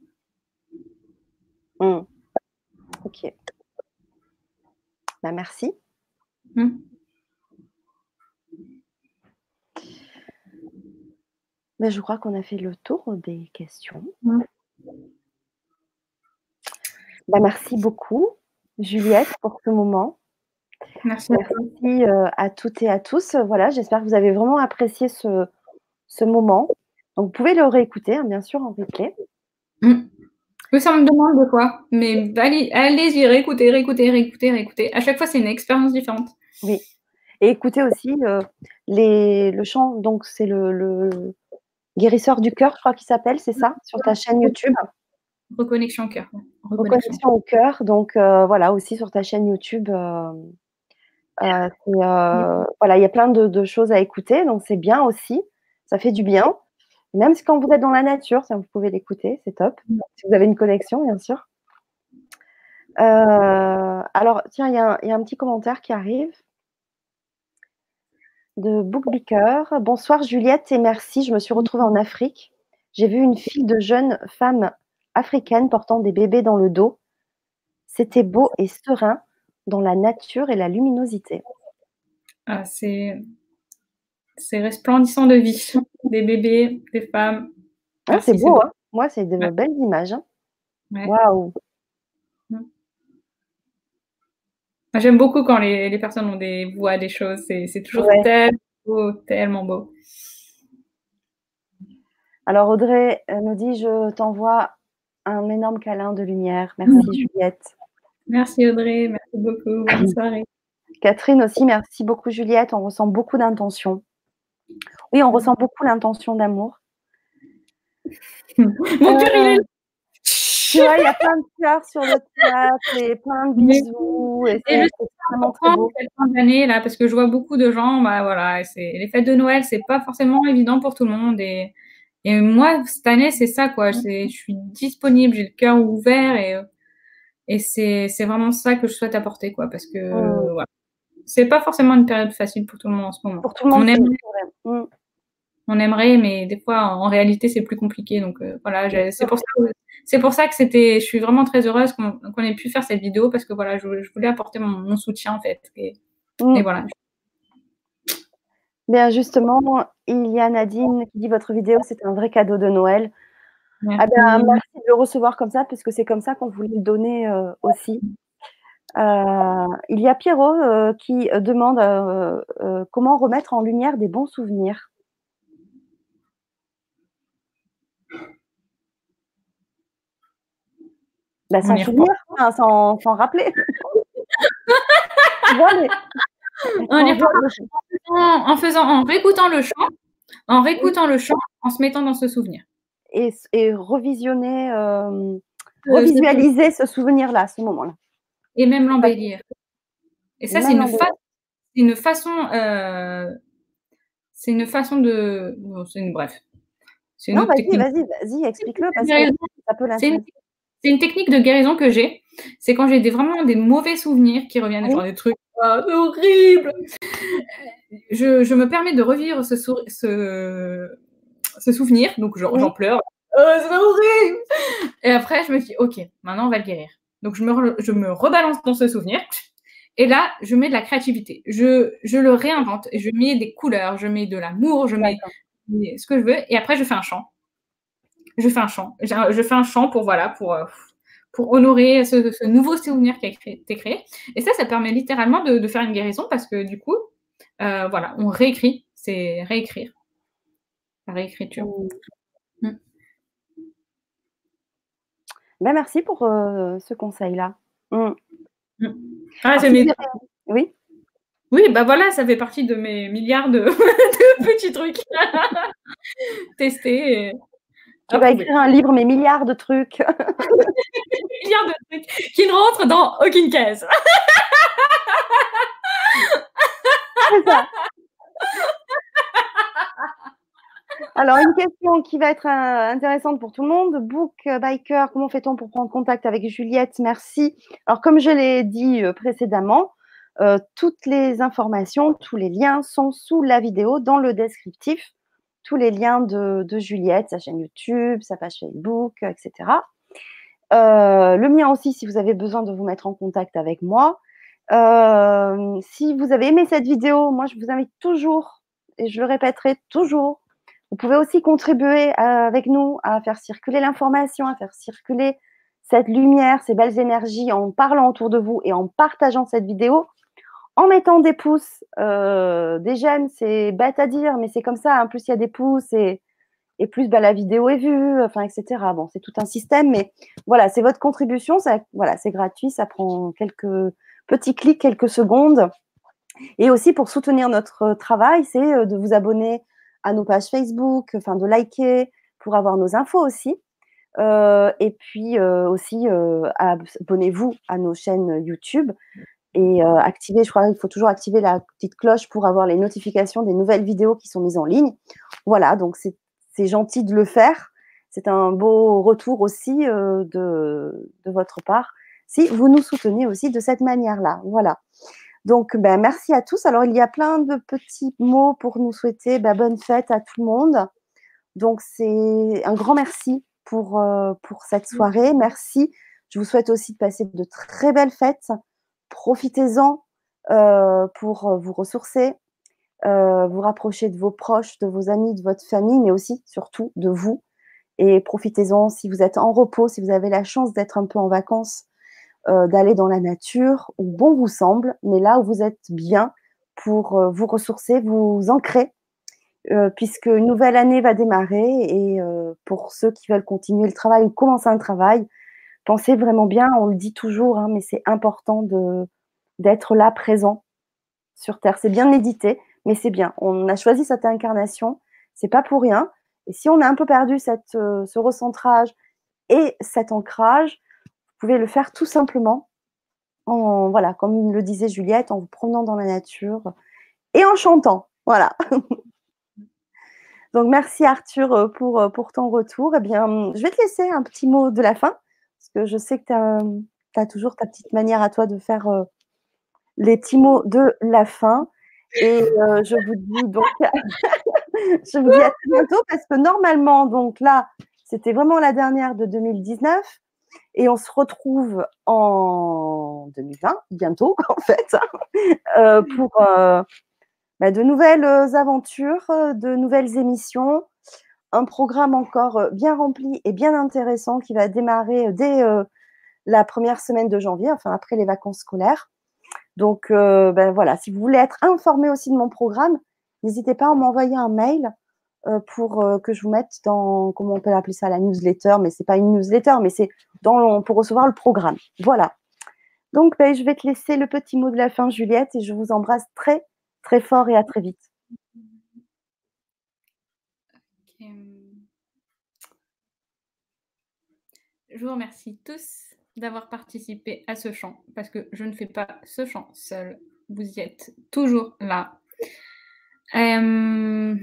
Ok. Bah, merci. Mais je crois qu'on a fait le tour des questions. Bah, merci beaucoup, Juliette, pour ce moment. Merci à toutes et à tous. Voilà, j'espère que vous avez vraiment apprécié ce moment. Donc, vous pouvez le réécouter, hein, bien sûr, en replay. Oui, ça me demande de quoi, mais allez-y, réécoutez. À chaque fois, c'est une expérience différente. Oui. Et écoutez aussi le chant, donc c'est le guérisseur du cœur, je crois qu'il s'appelle, c'est ça, sur ta chaîne YouTube. Reconnexion au cœur. Reconnexion au cœur, donc voilà, aussi sur ta chaîne YouTube. Voilà, il y a plein de choses à écouter, donc c'est bien aussi, ça fait du bien. Même si quand vous êtes dans la nature, ça, vous pouvez l'écouter, c'est top. Si vous avez une connexion, bien sûr. Alors, tiens, il y a un petit commentaire qui arrive de Bookbeaker. Bonsoir Juliette et merci, je me suis retrouvée en Afrique. J'ai vu une file de jeunes femmes africaines portant des bébés dans le dos. C'était beau et serein dans la nature et la luminosité. Ah, c'est resplendissant de vie. Des bébés, des femmes. Ah, c'est beau, hein. Moi, c'est de belles images. Waouh. J'aime beaucoup quand les personnes ont des voix, des choses. C'est toujours tellement beau. Alors, Audrey nous dit, je t'envoie un énorme câlin de lumière. Merci, Juliette. Merci, Audrey. Merci beaucoup. Bonne soirée. Catherine aussi, merci beaucoup, Juliette. On ressent beaucoup d'intention. Oui, on ressent beaucoup l'intention d'amour. Mon cœur, il est là. Tu vois, il y a plein de cœurs sur le chat et plein de bisous. Et c'est vraiment très beau. Cette fin d'année, là, parce que je vois beaucoup de gens, voilà, les fêtes de Noël, c'est pas forcément évident pour tout le monde. Et moi, cette année, c'est ça, quoi. Je suis disponible, j'ai le cœur ouvert et c'est vraiment ça que je souhaite apporter, quoi. Parce que, voilà. C'est pas forcément une période facile pour tout le monde en ce moment. Pour tout le monde, on aimerait, mais des fois, en réalité, c'est plus compliqué. Donc, voilà, c'est pour ça que je suis vraiment très heureuse qu'on ait pu faire cette vidéo parce que, voilà, je voulais apporter mon soutien, en fait. Et voilà. Bien, justement, il y a Nadine qui dit votre vidéo, c'est un vrai cadeau de Noël. Ah ben, Merci. merci de le recevoir comme ça, puisque c'est comme ça qu'on voulait le donner aussi. Il y a Pierrot qui demande comment remettre en lumière des bons souvenirs. Bah, On sans y repense. souvenir, enfin, sans rappeler. Tu vois, mais On y repense en réécoutant le chant, oui, en se mettant dans ce souvenir. et revisionner, C'est pour revisualiser ce souvenir-là, ce moment-là. et même C'est pas l'embellir. Et et ça, même l'embellir. c'est une façon de bon, bref, c'est une Non, autre technique. vas-y, explique-le parce que Guérison. ça peut C'est une l'intéresser. c'est une technique de guérison que j'ai. C'est quand j'ai vraiment des mauvais souvenirs qui reviennent, Oui, genre des trucs, c'est horrible. Je me permets de revivre ce souvenir, donc j'en oui, pleure. C'est horrible. Et après, je me dis, ok, maintenant on va le guérir. Donc je me rebalance dans ce souvenir. Et là, je mets de la créativité. Je le réinvente. Je mets des couleurs, je mets de l'amour, d'accord. mets ce que je veux. Et après, je fais un chant. Je fais un chant pour honorer ce nouveau souvenir qui a été créé. Et ça permet littéralement de faire une guérison parce que du coup, voilà, on réécrit. C'est réécrire, la réécriture. Mmh. Mm. Ben, merci pour ce conseil-là. Mmh. Mm. Ah, Alors, c'est si vous mes... avez... Oui, Oui, bah voilà, ça fait partie de mes milliards de, de petits trucs testés et tu vas approuvés. écrire un livre, mais milliards de trucs. Milliards de trucs qui ne rentrent dans aucune case. C'est ça. Alors, une question qui va être intéressante pour tout le monde. Book Biker, comment fait-on pour prendre contact avec Juliette? Merci. Alors, comme je l'ai dit précédemment, toutes les informations, tous les liens sont sous la vidéo dans le descriptif. Tous les liens de Juliette, sa chaîne YouTube, sa page Facebook, etc. Le mien aussi, si vous avez besoin de vous mettre en contact avec moi. Si vous avez aimé cette vidéo, moi, je vous invite toujours, et je le répéterai toujours, vous pouvez aussi contribuer avec nous à faire circuler l'information, à faire circuler cette lumière, ces belles énergies en parlant autour de vous et en partageant cette vidéo, en mettant des pouces, des j'aime, c'est bête à dire, mais c'est comme ça. En plus, il y a des pouces et plus bah, la vidéo est vue, enfin, etc. Bon, c'est tout un système, mais voilà, c'est votre contribution. Ça, voilà, c'est gratuit, ça prend quelques petits clics, quelques secondes. Et aussi pour soutenir notre travail, c'est de vous abonner à nos pages Facebook, enfin de liker pour avoir nos infos aussi. Et puis aussi, abonnez-vous à nos chaînes YouTube et activez, je crois qu'il faut toujours activer la petite cloche pour avoir les notifications des nouvelles vidéos qui sont mises en ligne. Voilà, donc c'est gentil de le faire. C'est un beau retour aussi de votre part, si vous nous soutenez aussi de cette manière-là. Voilà. Donc, ben, merci à tous. Alors, il y a plein de petits mots pour nous souhaiter bonne fête à tout le monde. Donc, c'est un grand merci pour cette soirée. Merci. Je vous souhaite aussi de passer de très belles fêtes. Profitez-en pour vous ressourcer, vous rapprocher de vos proches, de vos amis, de votre famille, mais aussi, surtout, de vous. Et profitez-en si vous êtes en repos, si vous avez la chance d'être un peu en vacances, d'aller dans la nature où bon vous semble, mais là où vous êtes bien pour vous ressourcer, vous ancrer, puisque une nouvelle année va démarrer et pour ceux qui veulent continuer le travail ou commencer un travail, pensez vraiment bien, on le dit toujours, hein, mais c'est important d'être là, présent sur Terre. C'est bien de méditer, mais c'est bien. On a choisi cette incarnation, c'est pas pour rien. Et si on a un peu perdu ce recentrage et cet ancrage, vous pouvez le faire tout simplement voilà, comme le disait Juliette, en vous promenant dans la nature et en chantant. Voilà. Donc, merci Arthur pour ton retour. Eh bien, je vais te laisser un petit mot de la fin, parce que je sais que tu as toujours ta petite manière à toi de faire les petits mots de la fin. Et je vous dis donc, je vous dis à très bientôt, parce que normalement, donc là, c'était vraiment la dernière de 2019. Et on se retrouve en 2020, bientôt, en fait, pour de nouvelles aventures, de nouvelles émissions. un programme encore bien rempli et bien intéressant qui va démarrer dès la première semaine de janvier, enfin après les vacances scolaires. Donc, voilà, si vous voulez être informé aussi de mon programme, n'hésitez pas à m'envoyer un mail pour que je vous mette dans, comment on peut appeler ça, la newsletter, mais c'est pas une newsletter, mais c'est pour recevoir le programme. Voilà. Donc, je vais te laisser le petit mot de la fin, Juliette, et je vous embrasse très, très fort et à très vite. Je vous remercie tous d'avoir participé à ce chant, parce que je ne fais pas ce chant seul. Vous y êtes toujours là. Je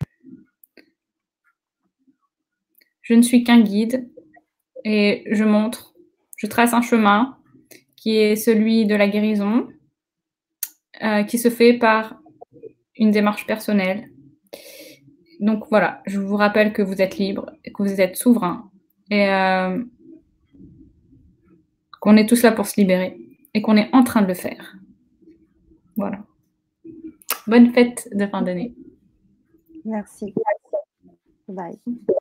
ne suis qu'un guide et je trace un chemin qui est celui de la guérison, qui se fait par une démarche personnelle. Donc voilà, je vous rappelle que vous êtes libre, que vous êtes souverain et qu'on est tous là pour se libérer et qu'on est en train de le faire. Voilà. Bonne fête de fin d'année. Merci. Bye.